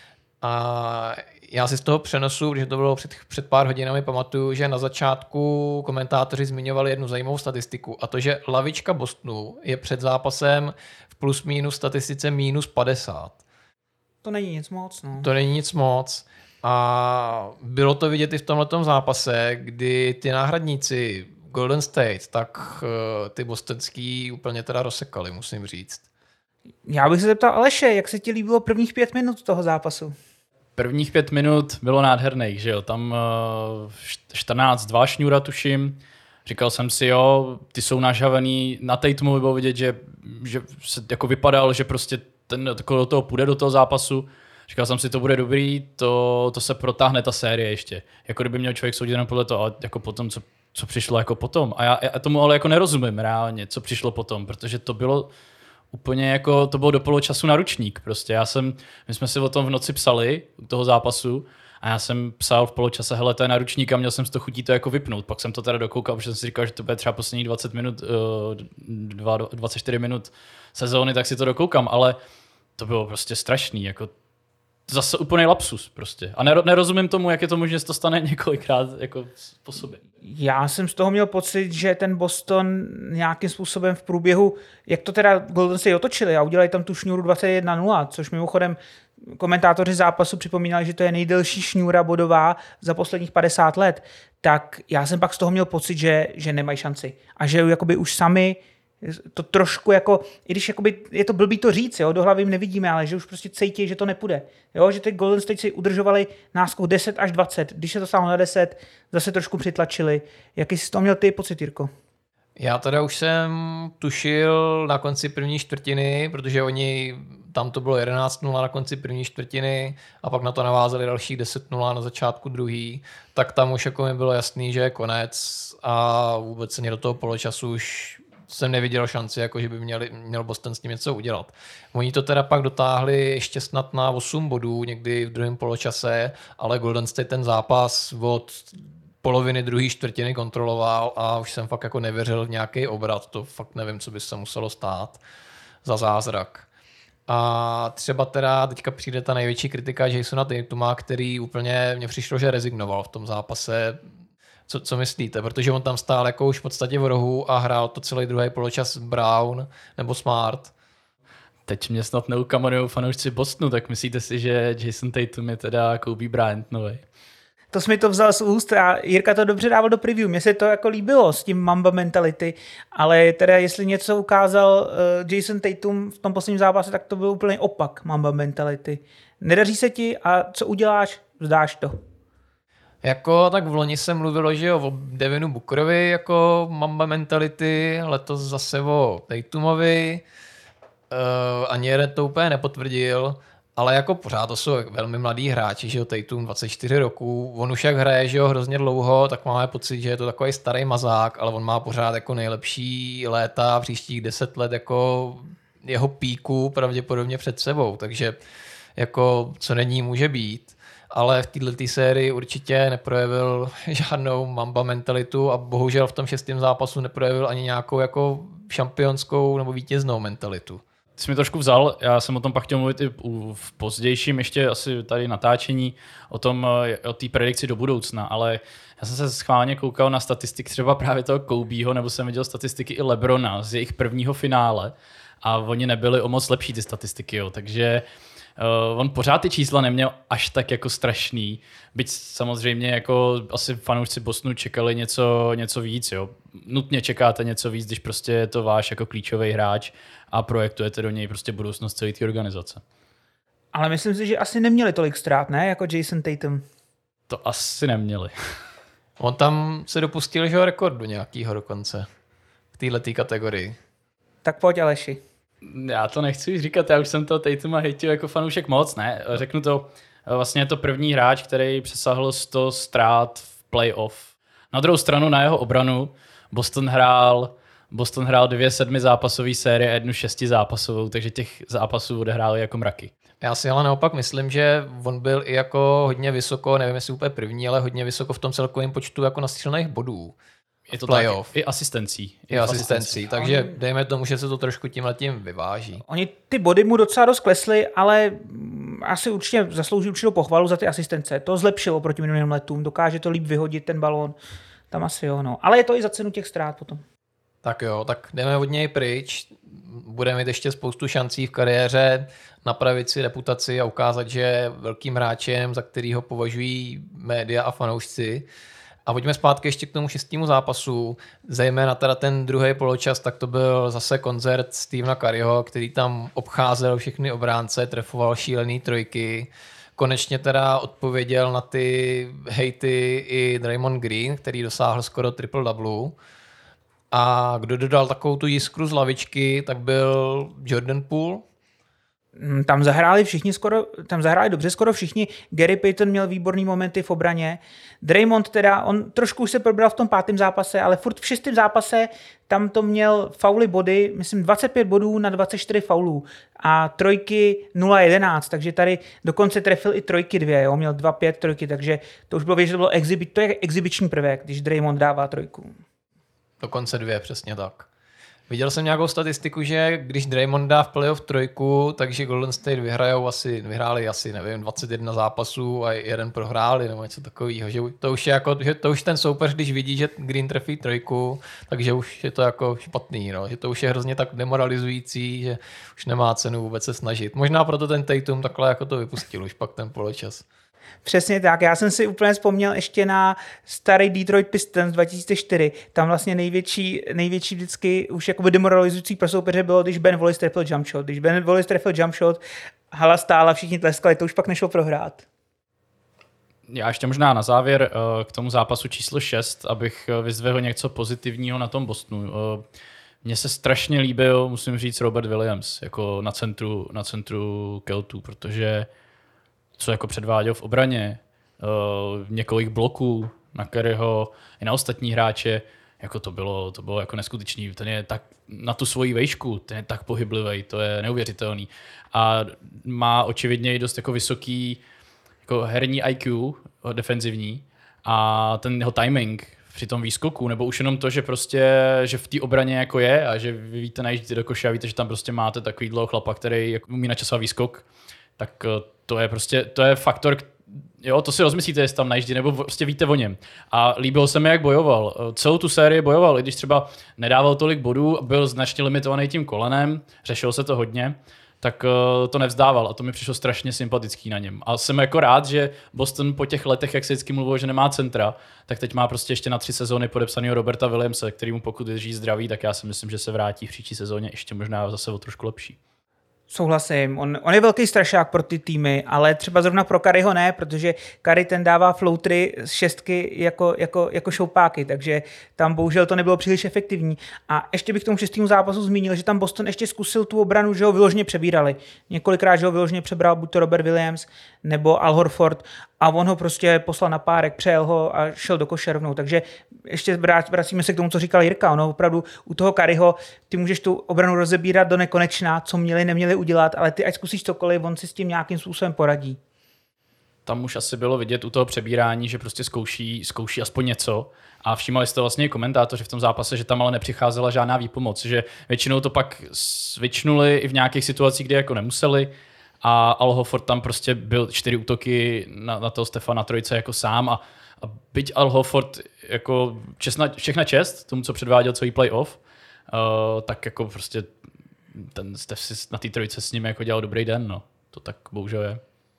A já si z toho přenosu, protože to bylo před, před pár hodinami, pamatuju, že na začátku komentátoři zmiňovali jednu zajímavou statistiku a to, že lavička Bostonu je před zápasem v plus minus statistice minus padesát. To není nic moc. No. To není nic moc. A bylo to vidět i v tomhletom zápase, kdy ty náhradníci Golden State, tak ty bostonský úplně teda rozsekali, musím říct. Já bych se zeptal Aleše, jak se ti líbilo prvních pět minut toho zápasu? Prvních pět minut bylo nádherných, že jo, tam čtrnáct dva šňůra tuším, říkal jsem si, jo, ty jsou nažavený, na Tatumovi bylo vidět, že, že se jako vypadal, že prostě ten do toho půjde do toho zápasu. Říkal jsem si, to bude dobrý, to, to se protáhne ta série ještě. Jako kdyby měl člověk soudit jenom podle toho, ale jako potom, co, co přišlo jako potom. A já, já tomu ale jako nerozumím reálně, co přišlo potom, protože to bylo úplně jako, to bylo do poločasu na ručník prostě. Já jsem, my jsme si o tom v noci psali, u toho zápasu, a já jsem psal v poločase, hele, to je na ručník a měl jsem z toho chutí to jako vypnout. Pak jsem to teda dokoukal, protože jsem si říkal, že to bude třeba poslední dvacet minut, dvacet čtyři minut sezóny, tak si to dokoukám, ale to bylo prostě strašný, jako zase úplný lapsus prostě. A nerozumím tomu, jak je to možné, že to stane několikrát jako po sobě. Já jsem z toho měl pocit, že ten Boston nějakým způsobem v průběhu, jak to teda Golden State otočili a udělali tam tu šňůru dvacet jedna nula, což mimochodem komentátoři zápasu připomínali, že to je nejdelší šňůra bodová za posledních padesát let, tak já jsem pak z toho měl pocit, že, že nemají šanci. A že jakoby už sami to trošku jako, i když jakoby je to blbý to říct, jo, do hlavy jim nevidíme, ale že už prostě cítí, že to nepůjde. Jo, že ty Golden State si udržovali náskok deset až dvacet, když se to stálo na deset, zase trošku přitlačili. Jaký jsi z toho měl ty pocit, Jirko? Já teda už jsem tušil na konci první čtvrtiny, protože oni, tam to bylo jedenáct nula na konci první čtvrtiny a pak na to navázali dalších deset nula na začátku druhý, tak tam už jako mi bylo jasný, že je konec a vůbec ani do toho poločasu už jsem neviděl šanci, jako že by měli, měl Boston s tím něco udělat. Oni to teda pak dotáhli ještě snad na osm bodů někdy v druhém poločase, ale Golden State ten zápas od poloviny druhé čtvrtiny kontroloval a už jsem fakt jako nevěřil v nějaký obrat. To fakt nevím, co by se muselo stát za zázrak. A třeba teda teďka přijde ta největší kritika Jasona Tatuma, který úplně mně přišlo, že rezignoval v tom zápase. Co, co myslíte? Protože on tam stál jako už v podstatě v rohu a hrál to celý druhý poločas Brown nebo Smart. Teď mě snad neukamarují fanoušci Bostonu, tak myslíte si, že Jason Tatum je teda Kobe Bryant novej? To jsi mi to vzal z úst a Jirka to dobře dával do preview. Mně se to jako líbilo s tím Mamba mentality, ale teda jestli něco ukázal uh, Jason Tatum v tom posledním zápase, tak to byl úplně opak Mamba mentality. Nedaří se ti a co uděláš? Vzdáš to. Jako tak v loni se mluvilo, že jo, o Devinu Bookerovi jako Mamba mentality, letos zase o Tatumovi. Uh, ani jeden to úplně nepotvrdil, ale jako pořád to jsou velmi mladí hráči, že jo, Tatum dvacet čtyři roků, on už jak hraje, že jo, hrozně dlouho, tak máme pocit, že je to takový starý mazák, ale on má pořád jako nejlepší léta, příštích deset let jako jeho píku pravděpodobně před sebou, takže jako co není, může být. Ale v této sérii určitě neprojevil žádnou mamba mentalitu a bohužel v tom šestém zápasu neprojevil ani nějakou jako šampionskou nebo vítěznou mentalitu. Ty jsi mi trošku vzal, já jsem o tom pak chtěl mluvit i v pozdějším ještě asi tady natáčení o tom, o té predikci do budoucna, ale já jsem se schválně koukal na statistiky třeba právě toho Kobeho, nebo jsem viděl statistiky i LeBrona z jejich prvního finále a oni nebyli o moc lepší ty statistiky, jo, takže Uh, on pořád ty čísla neměl až tak jako strašný, byť samozřejmě jako asi fanoušci Bostonu čekali něco, něco víc, jo. Nutně čekáte něco víc, když prostě je to váš jako klíčový hráč a projektujete do něj prostě budoucnost celé té organizace. Ale myslím si, že asi neměli tolik ztrát, ne? Jako Jason Tatum. To asi neměli. On tam se dopustil, že rekordu nějakýho dokonce v této kategorii. Tak pojď, Aleši. Já to nechci říkat, já už jsem to Tatuma hejtil jako fanoušek moc, ne? Řeknu to, vlastně je to první hráč, který přesáhl sto ztrát v playoff. Na druhou stranu na jeho obranu Boston hrál, Boston hrál dvě sedmi zápasové série a jednu šesti zápasovou, takže těch zápasů odehráli jako mraky. Já si ale naopak myslím, že on byl i jako hodně vysoko, nevím jestli úplně první, ale hodně vysoko v tom celkovém počtu jako nastřílených bodů. Je to playoff. Tak, i asistencí. I asistencí, takže dejme tomu, že se to trošku tímhletím vyváží. Oni ty body mu docela dost klesly, ale asi určitě zaslouží určitou pochvalu za ty asistence. To zlepšilo proti minulým letům, dokáže to líp vyhodit ten balón. Tam asi jo, no. Ale je to i za cenu těch ztrát potom. Tak jo, tak jdeme od něj pryč. Budeme mít ještě spoustu šancí v kariéře napravit si reputaci a ukázat, že je velkým hráčem, za kterýho považují média a fanoušci. A pojďme zpátky ještě k tomu šestému zápasu, zejména teda ten druhý poločas, tak to byl zase koncert Stephena Curryho, který tam obcházel všechny obránce, trefoval šílený trojky. Konečně teda odpověděl na ty hejty i Draymond Green, který dosáhl skoro triple-double. A kdo dodal takovou tu jiskru z lavičky, tak byl Jordan Poole. Tam zahráli všichni skoro, tam zahráli dobře skoro všichni. Gary Payton měl výborný momenty v obraně. Draymond teda, on trošku už se probral v tom pátém zápase, ale furt v šestém zápase tam to měl fauly body, myslím dvacet pět bodů na dvacet čtyři faulů a trojky nula jedenáct, takže tady dokonce trefil i trojky dvě, jo? Měl dva pět trojky, takže to už bylo vědět, že to bylo exhibit, to je exibiční prvek, když Draymond dává trojku. Dokonce dvě, přesně tak. Viděl jsem nějakou statistiku, že když Draymond dá v playoff trojku, takže Golden State vyhrajou asi, vyhráli asi, nevím, dvacet jedna zápasů a jeden prohráli nebo něco takového. Že to už je jako, že to už ten soupeř, když vidí, že Green trefí trojku, takže už je to jako špatný, no. Že to už je hrozně tak demoralizující, že už nemá cenu vůbec se snažit. Možná proto ten Tatum takhle jako to vypustil už pak ten poločas. Přesně tak, já jsem si úplně vzpomněl ještě na starý Detroit Pistons dva tisíce čtyři. Tam vlastně největší, největší vždycky už jakoby demoralizující pro soupeře bylo, když Ben Wallace trefil jump shot. Když Ben Wallace trefil jump shot, hala stála, všichni tleskali, to už pak nešlo prohrát. Já ještě možná na závěr k tomu zápasu číslo šest, abych vyzdvihl něco pozitivního na tom Bostonu. Mně se strašně líbil, musím říct, Robert Williams jako na centru, na centru Keltů, protože co jako předváděl v obraně, uh, několik bloků na Curryho i na ostatní hráče, jako to bylo, to bylo jako neskutečný. Ten je tak na tu svoji vejšku, ten je tak pohyblivý, to je neuvěřitelný. A má očividně i dost jako vysoký jako herní í kvé, defenzivní, a ten jeho timing při tom výskoku, nebo už jenom to, že prostě, že v té obraně jako je a že vy víte najíždíte do koše a víte, že tam prostě máte takový dlouho chlapa, který jako umí načasovat výskok, tak to je prostě, to je faktor, jo, to si rozmyslíte, jestli tam najíždí, nebo prostě víte o něm. A líbilo se mi, jak bojoval. Celou tu sérii bojoval, i když třeba nedával tolik bodů, byl značně limitovaný tím kolenem, řešil se to hodně, tak to nevzdával a to mi přišlo strašně sympatický na něm. A jsem jako rád, že Boston po těch letech, jak se vždycky mluvilo, že nemá centra, tak teď má prostě ještě na tři sezóny podepsaného Roberta Williamse, kterýmu pokud drží zdraví, tak já si myslím, že se vrátí v příští sezóně ještě možná zase o trošku lepší. Souhlasím, on, on je velký strašák pro ty týmy, ale třeba zrovna pro Curryho ne, protože Curry ten dává floutry z šestky jako, jako, jako šoupáky, takže tam bohužel to nebylo příliš efektivní. A ještě bych k tomu šestému zápasu zmínil, že tam Boston ještě zkusil tu obranu, že ho vyloženě přebírali. Několikrát, že ho vyloženě přebral buď to Robert Williams nebo Al Horford a on ho prostě poslal na párek, přejel ho a šel do koše rovnou. Takže ještě vracíme se k tomu, co říkal Jirka. Ono opravdu u toho Curryho ty můžeš tu obranu rozebírat do nekonečna, co měli, neměli udělat, ale ty ať zkusíš cokoliv, on si s tím nějakým způsobem poradí. Tam už asi bylo vidět u toho přebírání, že prostě zkouší, zkouší aspoň něco. A všímali jste vlastně i komentátoři v tom zápase, že tam ale nepřicházela žádná výpomoc, že většinou to pak switchnuli i v nějakých situacích, kde jako nemuseli. A Al Horford tam prostě byl čtyři útoky na, na toho Stefana Trojce jako sám a, a byť Al Horford jako čestna, všechna čest tomu, co předváděl celý playoff, uh, tak jako prostě ten Stef si na té Trojce s ním jako dělal dobrý den, no. To tak bohužel je.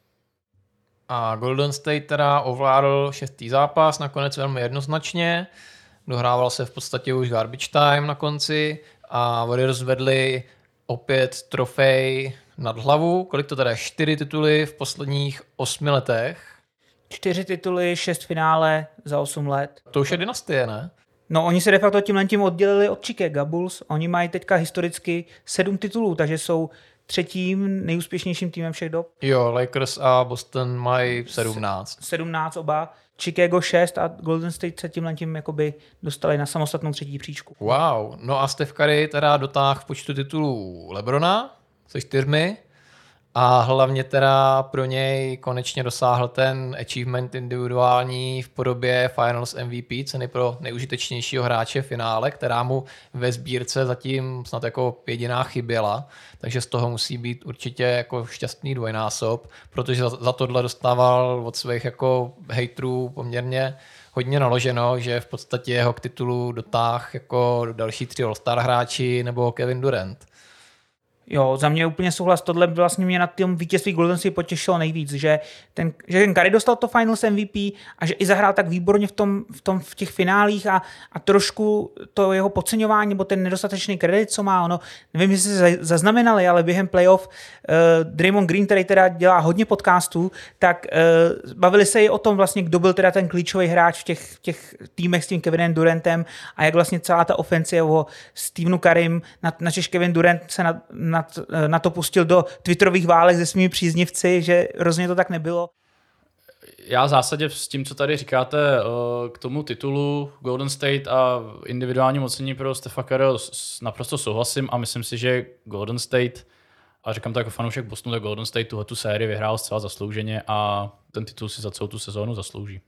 A Golden State teda ovládl šestý zápas, nakonec velmi jednoznačně. Dohrával se v podstatě už garbage time na konci a Warriors vedli opět trofej nad hlavu. Kolik to teda je? Čtyři tituly v posledních osmi letech. Čtyři tituly, šest finále za osm let. To už je dynastie, ne? No, oni se de facto tímhle tím oddělili od Chicago Bulls. Oni mají teďka historicky sedm titulů, takže jsou třetím nejúspěšnějším týmem všech dob. Jo, Lakers a Boston mají sedmnáct. sedmnáct oba, Chicago šest a Golden State se tímhle tím jakoby dostali na samostatnou třetí příčku. Wow, no a Steph Curry teda dotáhl v počtu titulů LeBrona se čtyřmi a hlavně teda pro něj konečně dosáhl ten achievement individuální v podobě Finals M V P, ceny pro nejužitečnějšího hráče v finále, která mu ve sbírce zatím snad jako jediná chyběla, takže z toho musí být určitě jako šťastný dvojnásob, protože za, za tohle dostával od svých jako hejtrů poměrně hodně naloženo, že v podstatě jeho k titulu dotáhl jako další tři All-Star hráči nebo Kevin Durant. Jo, za mě úplně souhlas. Tohle vlastně mě na tom vítězství Golden State potěšilo nejvíc, že ten, že ten Curry dostal to Finals M V P a že i zahrál tak výborně v, tom, v, tom, v těch finálích a, a trošku to jeho podceňování nebo ten nedostatečný kredit, co má ono. Nevím, jestli se zaznamenali, ale během playoff uh, Draymond Green, který teda dělá hodně podcastů, tak uh, bavili se i o tom vlastně, kdo byl teda ten klíčový hráč v těch, v těch týmech s tím Kevinem Durantem a jak vlastně celá ta ofenziva o Stephenu Currym, na, na Češ Kevin Durant se na, na Na, na to pustil do twitterových válek se svými příznivci, že rozhodně to tak nebylo. Já v zásadě s tím, co tady říkáte k tomu titulu Golden State a individuálním ocenění pro Stefa Curryho naprosto souhlasím a myslím si, že Golden State, a říkám to jako fanoušek Bostonu, tak Golden State tuhle tu sérii vyhrál zcela zaslouženě a ten titul si za celou tu sezónu zaslouží.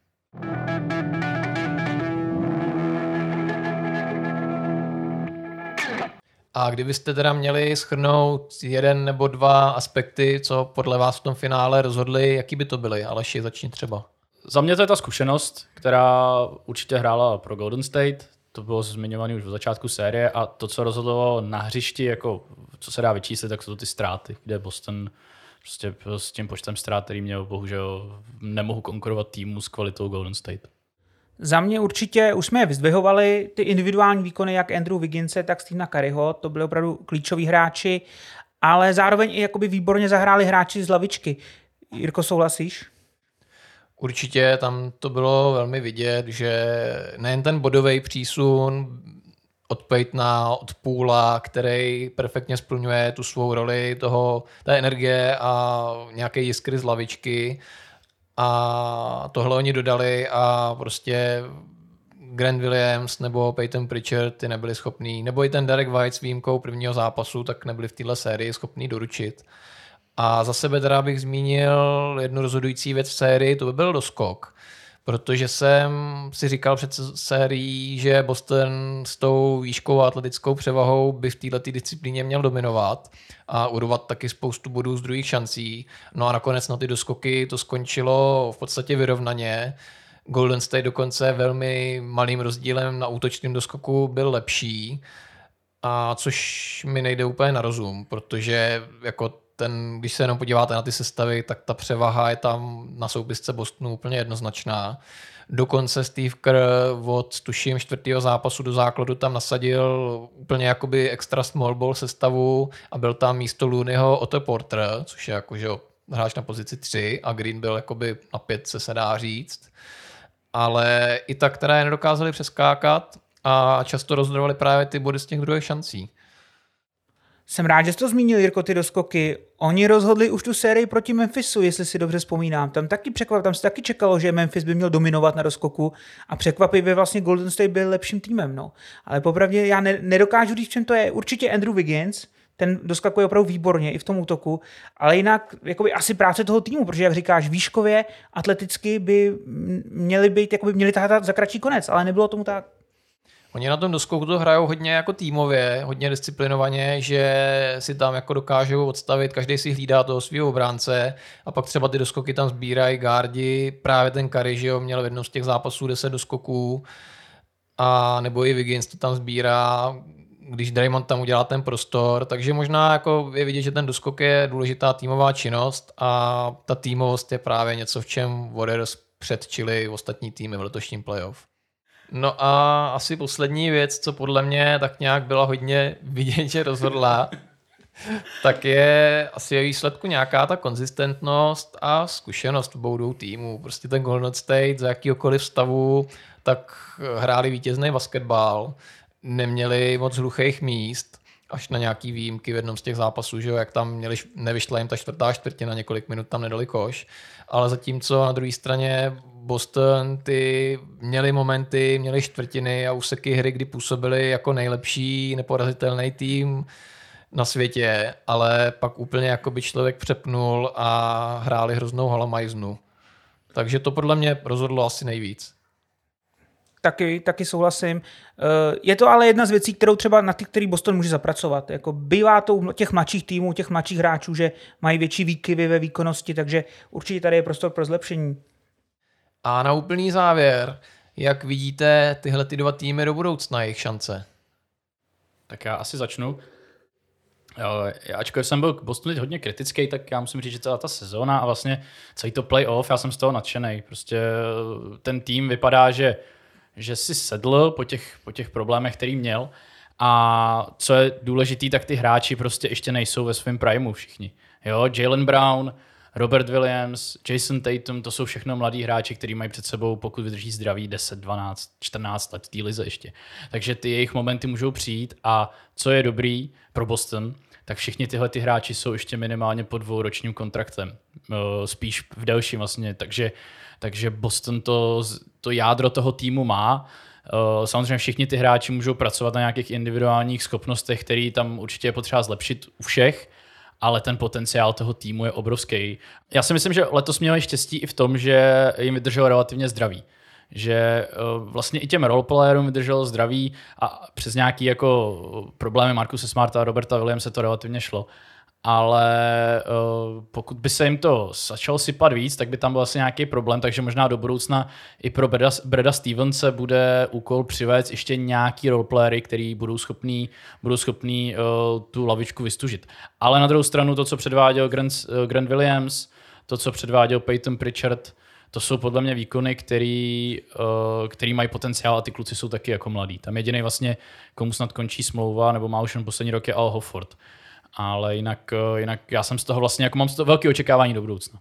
A kdybyste teda měli shrnout jeden nebo dva aspekty, co podle vás v tom finále rozhodli, jaký by to byly? Aleši, začni třeba. Za mě to je ta zkušenost, která určitě hrála pro Golden State. To bylo zmiňované už v začátku série a to, co rozhodlo na hřišti, jako co se dá vyčíslit, tak jsou to ty ztráty, kde Boston prostě s tím počtem ztrát, který měl, bohužel nemohu konkurovat týmu s kvalitou Golden State. Za mě určitě, už jsme je vyzdvihovali, ty individuální výkony jak Andrew Wigginse, tak Stephena Curryho, to byli opravdu klíčoví hráči, ale zároveň i jakoby výborně zahráli hráči z lavičky. Jirko, souhlasíš? Určitě tam to bylo velmi vidět, že nejen ten bodový přísun od Paytona, od Poola, který perfektně splňuje tu svou roli toho, té energie a nějaké jiskry z lavičky, a tohle oni dodali a prostě Grant Williams nebo Peyton Pritchard ty nebyli schopní, nebo i ten Derek White s výjimkou prvního zápasu, tak nebyli v téhle sérii schopní doručit. A za sebe teda bych zmínil jednu rozhodující věc v sérii, to by byl doskok. Protože jsem si říkal před sérií, že Boston s tou výškou a atletickou převahou by v této disciplíně měl dominovat a urvat taky spoustu bodů z druhých šancí. No a nakonec na ty doskoky to skončilo v podstatě vyrovnaně. Golden State dokonce velmi malým rozdílem na útočném doskoku byl lepší, a což mi nejde úplně na rozum, protože jako ten, když se jenom podíváte na ty sestavy, tak ta převaha je tam na soupisce Bostonu úplně jednoznačná. Dokonce Steve Kerr od tuším čtvrtého zápasu do základu tam nasadil úplně jakoby extra small ball sestavu a byl tam místo Looneyho Otto Porter, což je jako, že hráč na pozici tři a Green byl jakoby na pětce, se dá říct. Ale i tak teda je nedokázali přeskákat a často rozhodovali právě ty body z těch druhých šancí. Jsem rád, že jsi to zmínil, Jirko, ty doskoky. Oni rozhodli už tu sérii proti Memphisu, jestli si dobře vzpomínám. Tam taky překvap, tam se taky čekalo, že Memphis by měl dominovat na doskoku a překvapivě vlastně Golden State byl lepším týmem. No. Ale popravdě já ne, nedokážu říct, čem to je. Určitě Andrew Wiggins, ten doskakuje opravdu výborně i v tom útoku, ale jinak jakoby asi práce toho týmu, protože jak říkáš, výškově, atleticky by měli být, jakoby měli tahat za kratší konec, ale nebylo tomu tak. Oni na tom doskoku to hrajou hodně jako týmově, hodně disciplinovaně, že si tam jako dokážou odstavit, každý si hlídá toho svého obránce a pak třeba ty doskoky tam sbírají gardi, právě ten Curry, že jo, měl v jednom z těch zápasů deset doskoků a nebo i Wiggins to tam sbírá, když Draymond tam udělá ten prostor, takže možná jako je vidět, že ten doskok je důležitá týmová činnost a ta týmovost je právě něco, v čem Warriors předčili ostatní týmy v letošním playoff. No a asi poslední věc, co podle mě tak nějak byla hodně vidět, že rozhodla, tak je asi ve výsledku nějaká ta konzistentnost a zkušenost v obou týmů. Prostě ten Golden State za jakýhokoliv stavu tak hráli vítězný basketbal, neměli moc hluchých míst, až na nějaký výjimky v jednom z těch zápasů, že jo, jak tam měli, nevyšla jim ta čtvrtá čtvrtina, několik minut tam nedali koš, ale zatímco na druhé straně Boston, ty měli momenty, měli čtvrtiny a úseky hry, kdy působili jako nejlepší neporazitelný tým na světě, ale pak úplně jako by člověk přepnul a hráli hroznou halamajznu. Takže to podle mě rozhodlo asi nejvíc. Taky, taky souhlasím. Je to ale jedna z věcí, kterou třeba na ty, který Boston může zapracovat. Jako bývá to u těch mladších týmů, těch mladších hráčů, že mají větší výkyvy ve výkonnosti, takže určitě tady je prostor pro zlepšení. A na úplný závěr, jak vidíte tyhle ty dva týmy do budoucna, jejich šance? Tak já asi začnu. Já, ačkoliv jsem byl k Bostonu teď hodně kritický, tak já musím říct, že celá ta sezóna a vlastně celý to playoff, já jsem z toho nadšenej. Prostě ten tým vypadá, že, že si sedl po těch, po těch problémech, který měl. A co je důležitý, tak ty hráči prostě ještě nejsou ve svém primu všichni. Jo, Jaylen Brown, Robert Williams, Jason Tatum, to jsou všechno mladí hráči, kteří mají před sebou, pokud vydrží zdraví, deset, dvanáct, čtrnáct let v té lize ještě. Takže ty jejich momenty můžou přijít a co je dobrý pro Boston, tak všichni tyhle ty hráči jsou ještě minimálně pod dvouročním kontraktem. Spíš v delším vlastně, takže, takže Boston to, to jádro toho týmu má. Samozřejmě všichni ty hráči můžou pracovat na nějakých individuálních schopnostech, které tam určitě je potřeba zlepšit u všech, ale ten potenciál toho týmu je obrovský. Já si myslím, že letos měli štěstí i v tom, že jim vydržel relativně zdraví. Že vlastně i těm roleplayerům vydrželo zdraví a přes nějaký jako problémy Marcuse Smarta a Roberta Williamse to relativně šlo. Ale pokud by se jim to začalo sypat víc, tak by tam byl asi nějaký problém, takže možná do budoucna i pro Brada, Brada Stevense bude úkol přivést ještě nějaký roleplayery, který budou schopní, budou schopní uh, tu lavičku vystužit. Ale na druhou stranu to, co předváděl Grant, uh, Grant Williams, to, co předváděl Peyton Pritchard, to jsou podle mě výkony, který, uh, který mají potenciál a ty kluci jsou taky jako mladí. Tam jediný vlastně, komu snad končí smlouva, nebo má už jen poslední rok, je Al Horford. Ale jinak, jinak já jsem z toho vlastně, jako mám z toho velké očekávání do budoucna.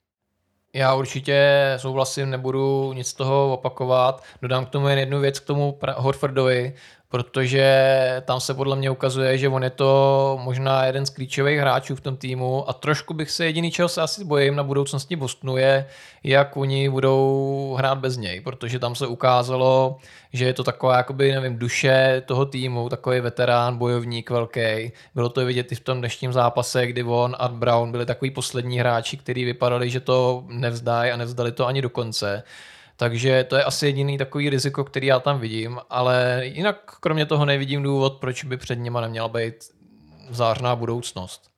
Já určitě souhlasím, nebudu nic z toho opakovat. Dodám k tomu jen jednu věc k tomu Horfordovi, protože tam se podle mě ukazuje, že on je to možná jeden z klíčových hráčů v tom týmu a trošku bych se jediný, čeho se asi bojím na budoucnosti Bostonu je, jak oni budou hrát bez něj, protože tam se ukázalo, že je to taková, jakoby, nevím, duše toho týmu, takový veterán, bojovník velký. Bylo to vidět i v tom dnešním zápase, kdy on a Brown byli takový poslední hráči, kteří vypadali, že to nevzdají a nevzdali to ani do konce. Takže to je asi jediný takový riziko, který já tam vidím, ale jinak kromě toho nevidím důvod, proč by před nima neměla být zářná budoucnost.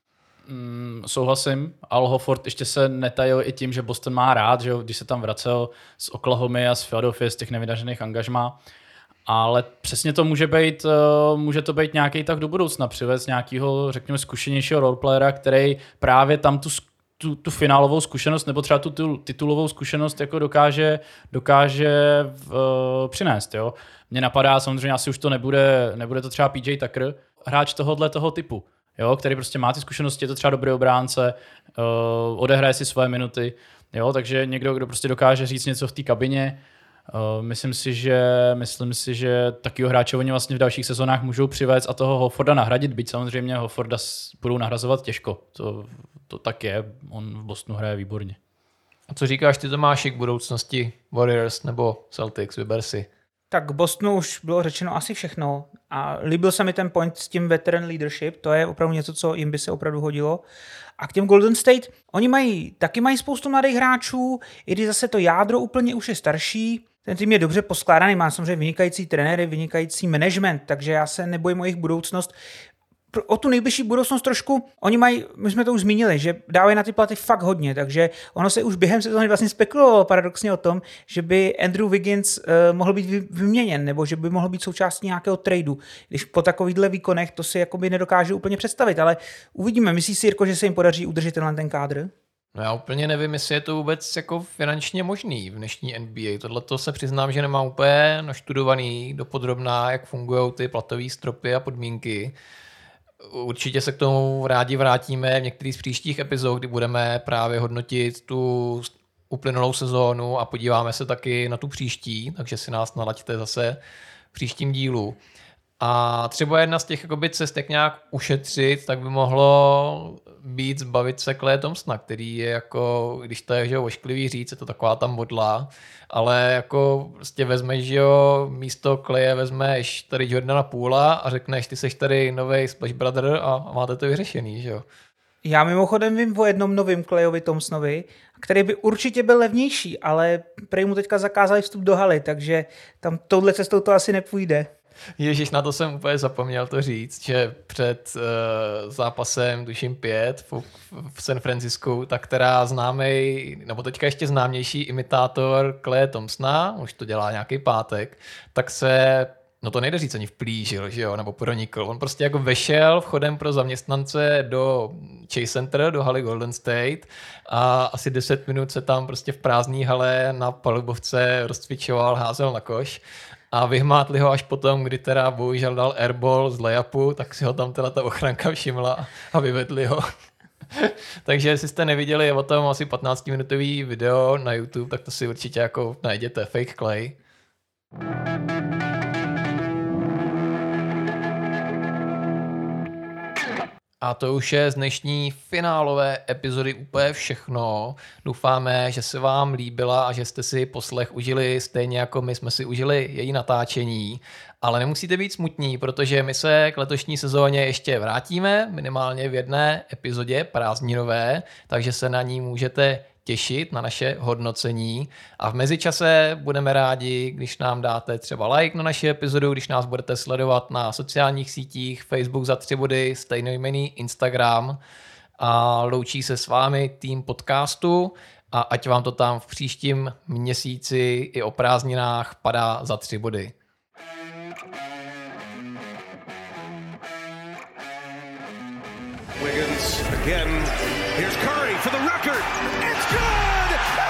Mm, souhlasím. Al Horford ještě se netajil i tím, že Boston má rád, že když se tam vracel z Oklahomy a z Philadelphia z těch nevydařených angažmá. Ale přesně to může být, může to být nějaký tak do budoucna, přivést nějakého, řekněme, zkušenějšího roleplayera, který právě tam tu Tu, tu finálovou zkušenost nebo třeba tu, tu titulovou zkušenost jako dokáže, dokáže v, uh, přinést. Jo? Mně napadá, samozřejmě asi už to nebude, nebude to třeba P J Tucker, hráč tohohle toho typu, jo? Který prostě má ty zkušenosti, je to třeba dobrý obránce, uh, odehraje si svoje minuty, jo? Takže někdo, kdo prostě dokáže říct něco v té kabině, Myslím si, že, myslím si, že takového hráče oni vlastně v dalších sezónách můžou přivést a toho Hofforda nahradit, byť samozřejmě Hofforda budou nahrazovat těžko. To, to tak je, on v Bostonu hraje výborně. A co říkáš ty, Tomáši, k budoucnosti Warriors nebo Celtics, vyber si? Tak Bostonu už bylo řečeno asi všechno a líbil se mi ten point s tím veteran leadership, to je opravdu něco, co jim by se opravdu hodilo. A k těm Golden State, oni mají, taky mají spoustu mladých hráčů, i když zase to jádro úplně už je starší, ten tým je dobře poskládaný, má samozřejmě vynikající trenéry, vynikající management, takže já se nebojím o jejich budoucnost. O tu nejbližší budoucnost trošku, oni mají, my jsme to už zmínili, že dávají na ty platy fakt hodně, takže ono se už během sezóny vlastně spekulovalo paradoxně o tom, že by Andrew Wiggins uh, mohl být vyměněn, nebo že by mohl být součástí nějakého tradu. Když po takovýchhle výkonech to si jakoby nedokážu úplně představit, ale uvidíme. Myslíš si, Jirko, že se jim podaří udržet tenhle ten kádr? No já úplně nevím, jestli je to vůbec jako finančně možný v dnešní N B A. Tohle to se přiznám, že nemám úplně naštudovaný dopodrobná, jak fungují ty platové stropy a podmínky. Určitě se k tomu rádi vrátíme v některých z příštích epizod, kdy budeme právě hodnotit tu uplynulou sezónu a podíváme se taky na tu příští, takže si nás nalaďte zase v příštím dílu. A třeba jedna z těch jakoby, cest, jak nějak ušetřit, tak by mohlo být zbavit se Claye Thompsona, který je jako, když to je že ošklivý říct, je to taková tam modla, ale jako prostě vezmeš, že jo, místo Claye vezmeš tady Jordana Poola a řekneš, ty seš tady novej Splash Brother a máte to vyřešený, že jo. Já mimochodem vím o jednom novým Clayovi Thompsonovi, který by určitě byl levnější, ale prej mu teďka zakázali vstup do haly, takže tam touhle cestou to asi nepůjde. Ježíš, na to jsem úplně zapomněl to říct, že před uh, zápasem, tuším pět, v, v San Francisku, tak která známej, nebo teďka ještě známější imitátor Claye Thompsona, už to dělá nějaký pátek, tak se, no to nejde říct ani vplížil, že jo, nebo pronikl. On prostě jako vešel vchodem pro zaměstnance do Chase Center, do haly Golden State a asi deset minut se tam prostě v prázdné hale na palubovce rozcvičoval, házel na koš. A vyhmátli ho až potom, kdy teda bohužel dal airball z layupu, tak si ho tam teda ta ochranka všimla a vyvedli ho. Takže jestli jste neviděli, je o tom asi patnáctiminutový video na YouTube, tak to si určitě jako najděte. Fake Clay. A to už je z dnešní finálové epizody úplně všechno. Doufáme, že se vám líbila a že jste si poslech užili stejně jako my jsme si užili její natáčení. Ale nemusíte být smutní, protože my se k letošní sezóně ještě vrátíme, minimálně v jedné epizodě prázdninové, takže se na ní můžete těšit, na naše hodnocení. A v mezičase budeme rádi, když nám dáte třeba like na naši epizodu, když nás budete sledovat na sociálních sítích, Facebook za tři body, stejnojmenný Instagram. A loučí se s vámi tým podcastu a ať vám to tam v příštím měsíci i o prázdninách padá za tři body. Wiggins again. Here's Curry for the record. It's good!